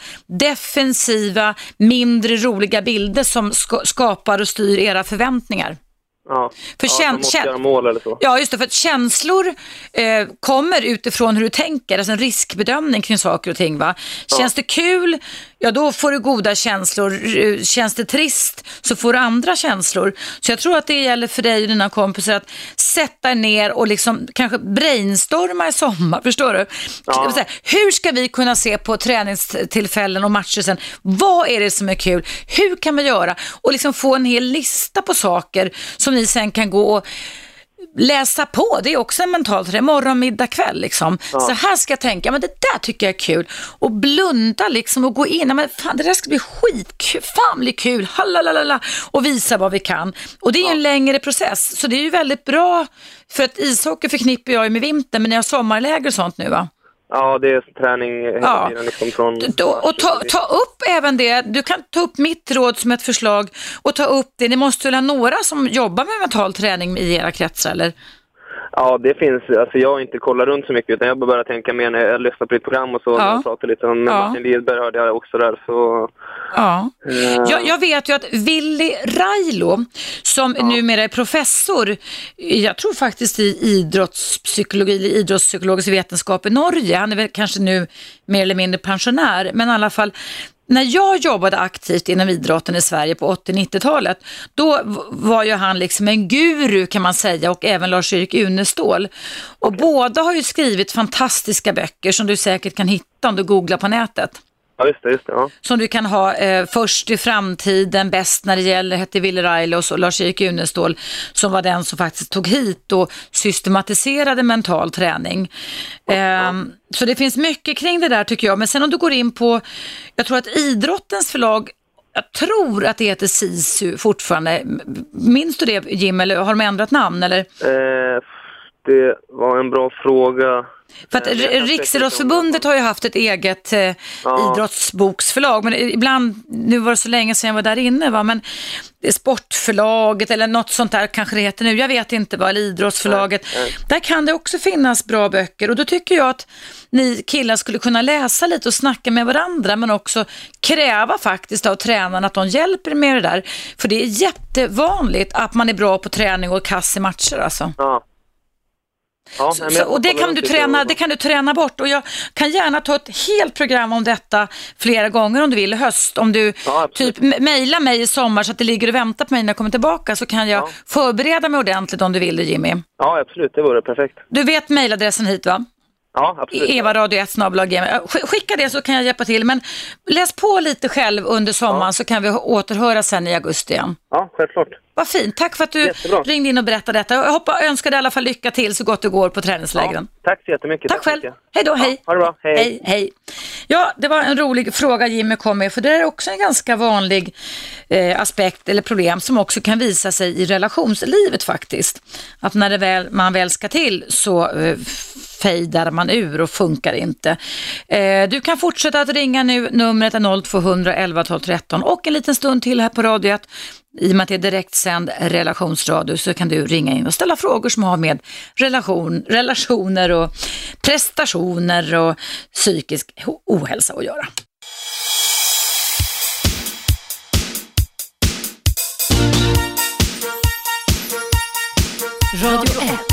defensiva, mindre roliga bilder som sk- skapar och styr era förväntningar. Ja, för ja kän- måste göra mål eller så. Ja, just det, för att känslor eh, kommer utifrån hur du tänker, alltså en riskbedömning kring saker och ting, va? Ja. Känns det kul, ja då får du goda känslor. Känns det trist så får du andra känslor. Så jag tror att det gäller för dig och dina kompisar att sätta ner och liksom kanske brainstorma i sommar, förstår du? Ja. Hur ska vi kunna se på träningstillfällen och matcher sen? Vad är det som är kul? Hur kan vi göra? Och liksom få en hel lista på saker som ni sen kan gå och läsa på. Det är också en mental träning, morgon, middag, kväll liksom. Ja. Så här ska jag tänka, men det där tycker jag är kul. Och blunda liksom och gå in, men fan det där ska bli skitkul, fan bli kul, halalala, och visa vad vi kan. Och det är ju ja. en längre process, så det är ju väldigt bra, för att ishockey förknippar jag ju med vintern, men ni har sommarläger och sånt nu, va? Ja, det är träning hela ja. tiden liksom från... Då, och ta, ta upp även det, du kan ta upp mitt råd som ett förslag och ta upp det. Ni måste väl ha några som jobbar med mental träning i era kretsar, eller? Ja, det finns, alltså jag har inte kollat runt så mycket, utan jag bara tänka mer när jag lyssnar på ditt program och så, ja. och pratar lite om ja. Martin Lidberg, hörde jag också där, så... Ja, uh... jag, jag vet ju att Willy Railo, som ja. numera är professor, jag tror faktiskt i idrottspsykologi eller idrottspsykologisk vetenskap i Norge, han är väl kanske nu mer eller mindre pensionär, men i alla fall, när jag jobbade aktivt inom idrotten i Sverige på åttio-nittiotalet, då var ju han liksom en guru kan man säga, och även Lars-Erik Unestål. Och okay. båda har ju skrivit fantastiska böcker som du säkert kan hitta om du googlar på nätet. Ja, just det, just det, ja. Som du kan ha eh, först i framtiden, bäst när det gäller, hette Willy Railo, och Lars-Erik Unestål som var den som faktiskt tog hit och systematiserade mental träning. Eh, så det finns mycket kring det där tycker jag. Men sen om du går in på, jag tror att idrottens förlag, jag tror att det heter SISU fortfarande. Minns du det, Jim, eller har de ändrat namn? Eller? Eh, det var en bra fråga. För att Riksidrottsförbundet har ju haft ett eget eh, ja. idrottsboksförlag, men ibland, nu var det så länge sedan jag var där inne, va? Men sportförlaget eller något sånt där kanske det heter nu, jag vet inte vad, eller idrottsförlaget, nej, nej. Där kan det också finnas bra böcker, och då tycker jag att ni killar skulle kunna läsa lite och snacka med varandra, men också kräva faktiskt av tränarna att de hjälper med det där, för det är jättevanligt att man är bra på träning och kass i matcher alltså. Ja. Ja, så, så, och det kan du träna, det kan du träna bort, och jag kan gärna ta ett helt program om detta flera gånger om du vill i höst, om du ja, typ mejla mig i sommar så att det ligger och väntar på mig när jag kommer tillbaka, så kan jag ja. förbereda mig ordentligt om du vill det, Jimmy. Ja, absolut, det vore perfekt. Du vet mejladressen hit, va? Ja, absolut. Eva Radio ett snabel-a gmail. Skicka det så kan jag hjälpa till, men läs på lite själv under sommaren, ja. så kan vi återhöra sen i augusti igen. Ja, självklart. Vad fint, tack för att du Jättebra. ringde in och berättade detta. Jag hoppas, önskar dig i alla fall lycka till så gott det går på träningslägren. Ja, tack så jättemycket. Tack, tack själv. Mycket. Hej då, hej. Ja, ha det bra, hej. hej. Hej, Ja, det var en rolig fråga Jimmy kom med, för det är också en ganska vanlig eh, aspekt eller problem som också kan visa sig i relationslivet faktiskt. Att när det väl, man väl ska till så eh, fejdar man ur och funkar inte. Eh, du kan fortsätta att ringa nu, numret är noll två elva tolv tretton, och en liten stund till här på Radio ett. I och med att det är direktsänd relationsradio så kan du ringa in och ställa frågor som har med relation, relationer och prestationer och psykisk ohälsa att göra. Radio ett.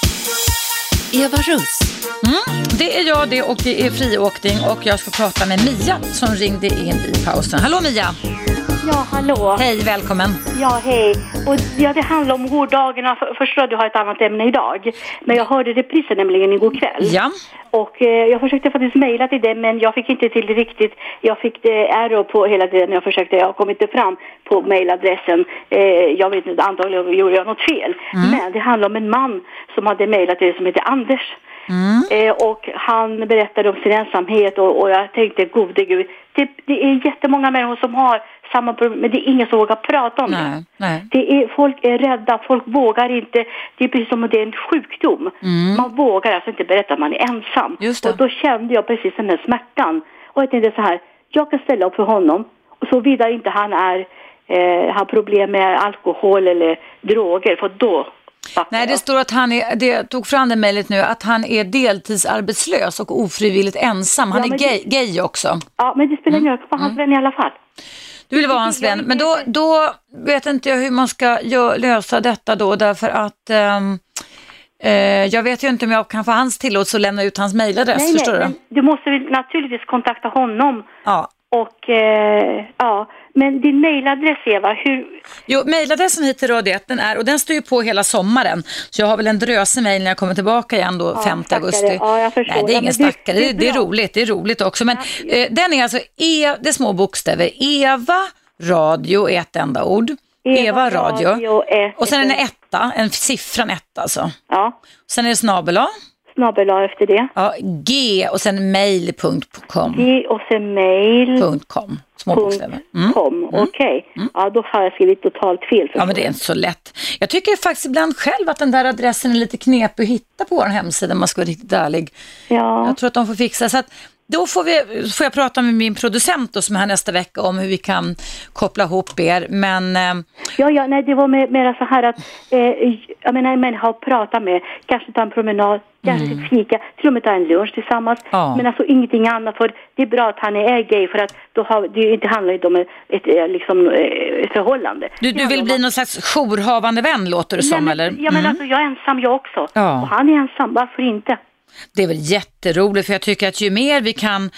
Eva Russ. Mm, det är jag det, och det är friåkning, och jag ska prata med Mia som ringde in i pausen. Hallå Mia! Ja, hallå. Hej, välkommen. Ja, hej. Och ja, det handlar om gårdagarna. För, förstår du har ett annat ämne idag. Men jag hörde reprisen nämligen igår kväll. Ja. Och eh, jag försökte faktiskt mejla till det, men jag fick inte till det riktigt. Jag fick det error på hela tiden. Jag försökte, jag kom inte fram på mejladressen. Eh, jag vet inte, antagligen gjorde jag något fel. Mm. Men det handlar om en man som hade mejlat till det som heter Anders. Mm. Eh, och han berättade om sin ensamhet, och, och jag tänkte, gode gud, det, det är jättemånga människor som har samma problem, men det är ingen som vågar prata om nej, det. Nej. det är, folk är rädda, folk vågar inte, det är precis som att det är en sjukdom. Mm. Man vågar alltså inte berätta att man är ensam. Och då kände jag precis den här smärtan. Och jag tänkte så här, jag kan ställa upp för honom, och så vidare inte han är eh, har problem med alkohol eller droger, för då Nej, det står att han är, det tog fram det mejlet nu, att han är deltidsarbetslös och ofrivilligt ensam. Han ja, är gay, det, gay också. Ja, men det spelar ingen roll, för hans vän i alla fall. Du vill vara hans vän, men då, då vet inte jag hur man ska gör, lösa detta då, därför att um, uh, jag vet ju inte om jag kan få hans tillåtelse att lämna ut hans mejladress, nej, förstår nej, du? Du måste väl naturligtvis kontakta honom. Ja. Och eh, ja, men din mejladress, Eva, hur... Jo, mejladressen hit till Radio ett, den är, och den står ju på hela sommaren. Så jag har väl en dröse mejl när jag kommer tillbaka igen då, ja, femte augusti. Ja, jag förstår. Nej, det är ingen ja, stackare, det, det, det är roligt, det är roligt också. Men ja, eh, den är alltså, e, det är små bokstäver, Eva Radio är ett enda ord. Eva, Eva Radio, radio ett, och sen är det en etta, en siffran ett alltså. Ja. Sen är det snabel-a. Snabel-a efter det. Ja, G och sen mail punkt com. G och sen mail. Punkt com. Små bokstäver. Mm. Mm. Okej. Okay. Mm. Ja, då har jag skrivit totalt fel. Ja, men det är inte så lätt. Jag tycker faktiskt ibland själv att den där adressen är lite knepig att hitta på vår hemsida, om man ska vara riktigt ärlig. Ja. Jag tror att de får fixa så att då får, vi, får jag prata med min producent då, som är här nästa vecka, om hur vi kan koppla ihop er. Men, eh... ja, ja, nej, det var mer, mer så här att eh, jag menar, en människa att prata med, kanske ta en promenad, kanske mm. fika, till och med ta en lunch tillsammans. Ja. Men alltså ingenting annat, för det är bra att han är gay, för att då har, det inte handlar inte om ett, ett, liksom, ett förhållande. Du, du vill bli någon slags jourhavande vän, låter det som, men, eller? Ja, men mm. alltså jag är ensam jag också. Ja. Och han är ensam, varför inte? Det är väl jätteroligt, för jag tycker att ju mer vi kan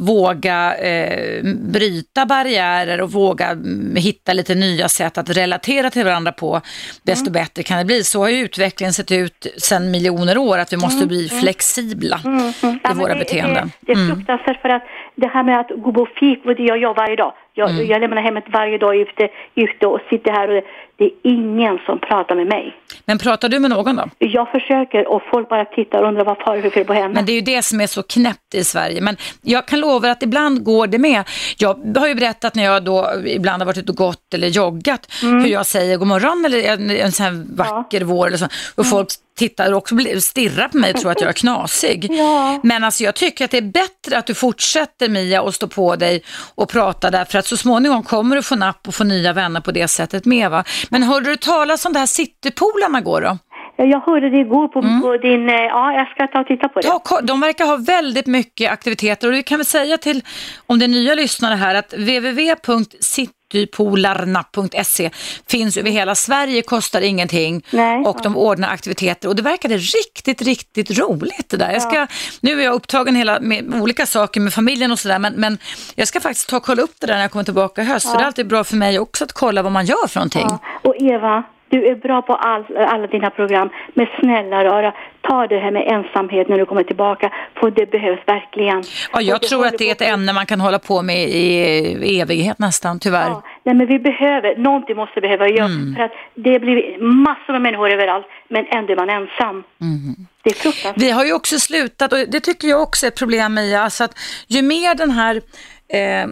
våga eh, bryta barriärer och våga mm, hitta lite nya sätt att relatera till varandra på, desto mm. bättre kan det bli. Så har ju utvecklingen sett ut sedan miljoner år, att vi måste mm. bli flexibla mm. Mm. i ja, våra det, beteenden. Det, det är fruktansvärt, för att det här med att gå på fik, och det jag gör varje dag. Jag, mm. jag lämnar hemmet varje dag ute, ute och sitter här, och det, det är ingen som pratar med mig. Men pratar du med någon då? Jag försöker, och folk bara tittar och undrar vad far för fel på henne. Men det är ju det som är så knäppt i Sverige. Men jag kan lova att ibland går det med. Jag har ju berättat när jag då ibland har varit ute och gått eller joggat, mm. hur jag säger god morgon eller en, en sån här vacker ja. vår eller så. Och mm. folk tittar och också stirrar på mig och tror att jag är knasig. Ja. Men alltså jag tycker att det är bättre att du fortsätter, Mia, och stå på dig och prata där, för att så småningom kommer du få napp och få nya vänner på det sättet med, va? Men hörde du talas om det här citypolarna går då? Jag hörde det igår på, mm. på din... Ja, jag ska ta och titta på det. Ja, de verkar ha väldigt mycket aktiviteter, och vi kan väl säga till, om det är nya lyssnare här, att w w w punkt citypolarna punkt se finns över hela Sverige, kostar ingenting. Nej, och de ordnar aktiviteter, och det verkade riktigt, riktigt roligt det där. Jag ska, nu är jag upptagen hela, med olika saker med familjen och sådär, men, men jag ska faktiskt ta och kolla upp det där när jag kommer tillbaka i höst, ja. För det är alltid bra för mig också att kolla vad man gör för någonting. Ja. Och Eva, du är bra på all, alla dina program, men snälla rara, ta det här med ensamhet när du kommer tillbaka, för det behövs verkligen. Ja, jag tror att det är ett ämne man kan hålla på med i evighet nästan, tyvärr. Ja, nej, men vi behöver, någonting måste behöva göra, mm. för att det blir massor med människor överallt, men ändå är man ensam. Mm. Det är fruktansvärt. Vi har ju också slutat, och det tycker jag också är ett problem i, alltså att ju mer den här Eh,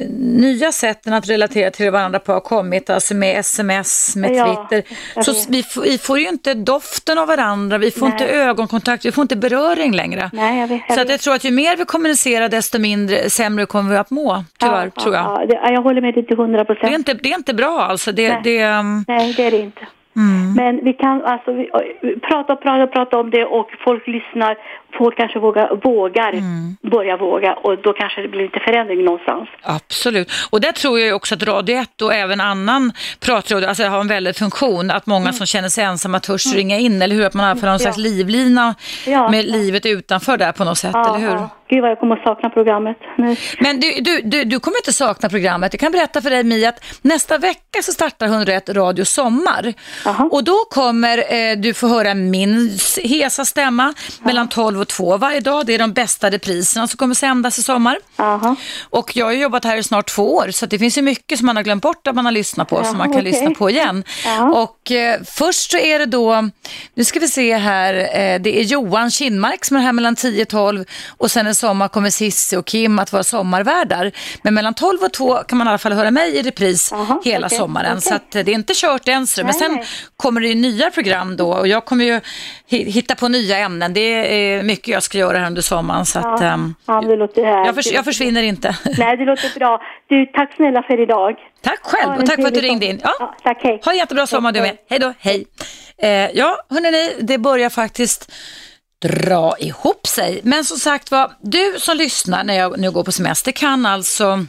nya sätten att relatera till varandra på har kommit, alltså med sms, med Twitter, ja, så vi, f- vi får ju inte doften av varandra, vi får Nej. inte ögonkontakt, vi får inte beröring längre. Nej, jag vet, jag så att jag tror att ju mer vi kommunicerar, desto mindre, sämre kommer vi att må, tyvärr, ja, tror jag. Ja, det, jag håller med dig till hundra procent. Det är inte, det är inte bra alltså. Det, Nej. Det, um... Nej, det är det inte. Mm. Men vi kan alltså vi, prata och prata och prata om det, och folk lyssnar, folk kanske vågar, vågar mm. börja våga, och då kanske det blir lite förändring någonstans. Absolut, och där tror jag också att Radio ett och även annan pratradio alltså har en väldigt funktion, att många mm. som känner sig ensamma törs mm. ringa in, eller hur? Att man har för någon ja. slags livlina ja. med livet utanför där på något sätt, ja, eller hur? Ja. Gud vad jag kommer att sakna programmet. Nej. Men du, du, du, du kommer inte sakna programmet. Jag kan berätta för dig, Mia, att nästa vecka så startar hundraett Radio Sommar. Aha. Och då kommer eh, du få höra min hesa stämma Aha. mellan tolv och två varje dag. Det är de bästa repriserna som kommer sändas i sommar. Aha. Och jag har jobbat här i snart två år, så det finns ju mycket som man har glömt bort att man har lyssnat på, Aha, som man kan okay. lyssna på igen. Aha. Och eh, först så är det då, nu ska vi se här, eh, det är Johan Kinmark som är här mellan tio och tolv, och sen en sommar kommer Sissi och Kim att vara sommarvärdar. Men mellan tolv och två kan man i alla fall höra mig i repris Aha, hela okay, sommaren. Okay. Så att det är inte kört än. Men sen nej. kommer det ju nya program då, och jag kommer ju hitta på nya ämnen. Det är mycket jag ska göra här under sommaren. Så att, ja, um, ja, det låter här. Jag, förs- jag försvinner inte. Nej, det låter bra. Du, tack snälla för idag. Tack själv, och tack för att du ringde in. Ja. Ja, tack, hej. Ha en jättebra sommar du med. Hej då, hej. Eh, ja, hörrni, det börjar faktiskt dra ihop sig. Men som sagt var, du som lyssnar när jag nu går på semester kan alltså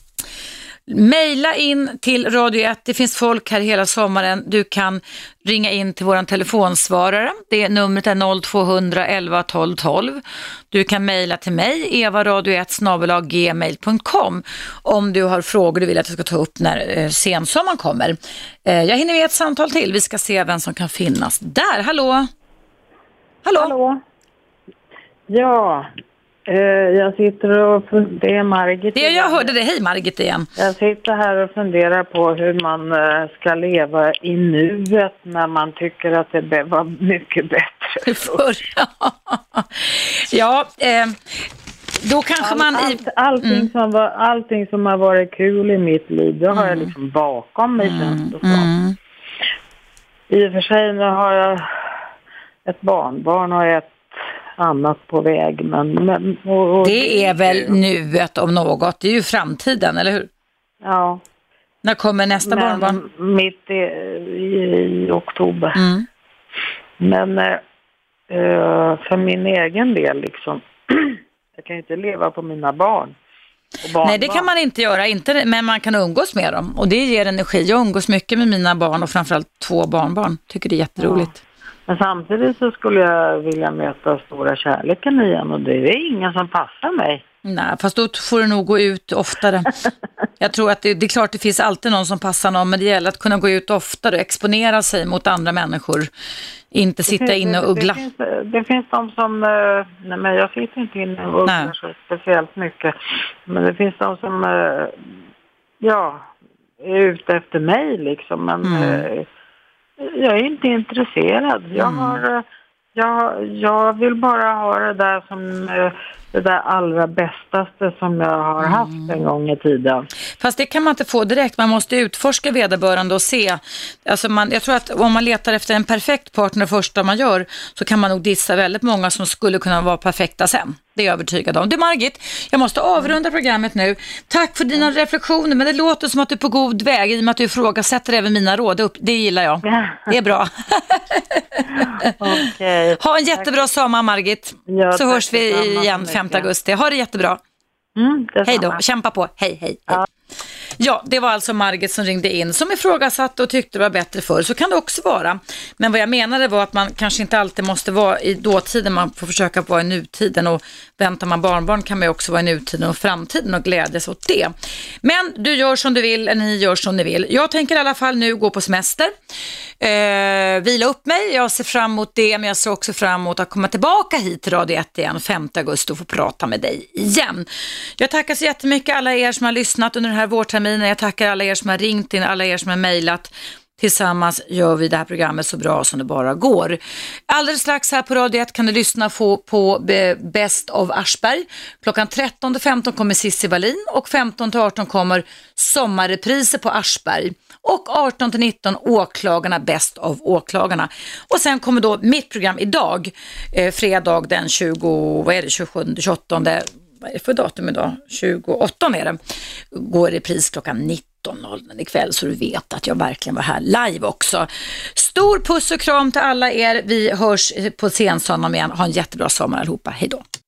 mejla in till Radio ett. Det finns folk här hela sommaren. Du kan ringa in till våran telefonsvarare. Det är numret är noll två hundra elva tolv tolv. Du kan mejla till mig, eva radio ett snabel-a gmail punkt com, om du har frågor du vill att jag ska ta upp när eh, sensommaren kommer. Eh, jag hinner med ett samtal till. Vi ska se vem som kan finnas där. Hallå? Hallå? Hallå? Ja, eh, jag sitter och det är Margit. Det jag hörde det. Hej Margit igen. Jag sitter här och funderar på hur man eh, ska leva i nuet när man tycker att det var mycket bättre förr. Ja, eh, då kanske All, man... I... Allt, allting, mm. som var, allting som har varit kul i mitt liv, det har mm. jag liksom bakom mig, mm. känns det som. Mm. I och för sig nu har jag ett barnbarn och ett annat på väg. Men, men, och, och det är väl nuet om något. Det är ju framtiden, eller hur? Ja. När kommer nästa men, barnbarn? Mitt i, i, i oktober. Mm. Men äh, för min egen del liksom, jag kan inte leva på mina barn. Nej, det kan man inte göra, inte, men man kan umgås med dem. Och det ger energi. Jag umgås mycket med mina barn och framförallt två barnbarn. Tycker det är jätteroligt. Ja. Men samtidigt så skulle jag vilja möta stora kärleken igen, och det är ingen som passar mig. Nej, fast då får du nog gå ut oftare. Jag tror att det, det är klart det finns alltid någon som passar någon, men det gäller att kunna gå ut oftare och exponera sig mot andra människor. Inte sitta finns, inne och uggla. Det, det, finns, det finns de som, nej men jag sitter inte inne och ugglar så speciellt mycket. Men det finns de som, ja, är ute efter mig liksom, men... Mm. Jag är inte intresserad. Jag, har, jag, jag vill bara ha det där som det där allra bästaste som jag har haft mm. en gång i tiden. Fast det kan man inte få direkt. Man måste utforska vederbörande och se. Alltså man, jag tror att om man letar efter en perfekt partner första man gör, så kan man nog dissa väldigt många som skulle kunna vara perfekta sen. Det är jag övertygad om. Du Margit, jag måste avrunda programmet nu. Tack för dina reflektioner, men det låter som att du är på god väg i och med att du ifrågasätter även mina råd upp. Det gillar jag. Det är bra. Okay, ha en jättebra tack. sommar, Margit. Ja, så hörs vi igen femte augusti. Ha det jättebra. Mm, hej då, kämpa på. Hej, hej, hej. Ja. Ja, det var alltså Margit som ringde in som ifrågasatte och tyckte det var bättre förr. Så kan det också vara. Men vad jag menade var att man kanske inte alltid måste vara i dåtiden. Man får försöka vara i nutiden, och väntar man barnbarn kan man ju också vara i nutiden och framtiden och glädjas åt det. Men du gör som du vill, eller ni gör som ni vill. Jag tänker i alla fall nu gå på semester. Eh, vila upp mig. Jag ser fram emot det, men jag ser också fram emot att komma tillbaka hit till Radio ett igen femte augusti och få prata med dig igen. Jag tackar så jättemycket alla er som har lyssnat under den här vårterminen. Jag tackar alla er som har ringt in, alla er som har mejlat. Tillsammans gör vi det här programmet så bra som det bara går. Alldeles strax här på Radio ett kan du lyssna på, på Best of Aschberg. Klockan tretton till femton kommer Cissi Wallin och femton till arton kommer sommarrepriser på Aschberg. Och arton till nitton åklagarna, Best of åklagarna. Och sen kommer då mitt program idag, eh, fredag den tjugo, vad är det, tjugosju, tjugoåtta, vad är det för datum idag? tjugoåtta är det. Går i pris klockan nitton noll noll ikväll, så du vet att jag verkligen var här live också. Stor puss och kram till alla er. Vi hörs på Sensonum igen. Ha en jättebra sommar allihopa. Hej då.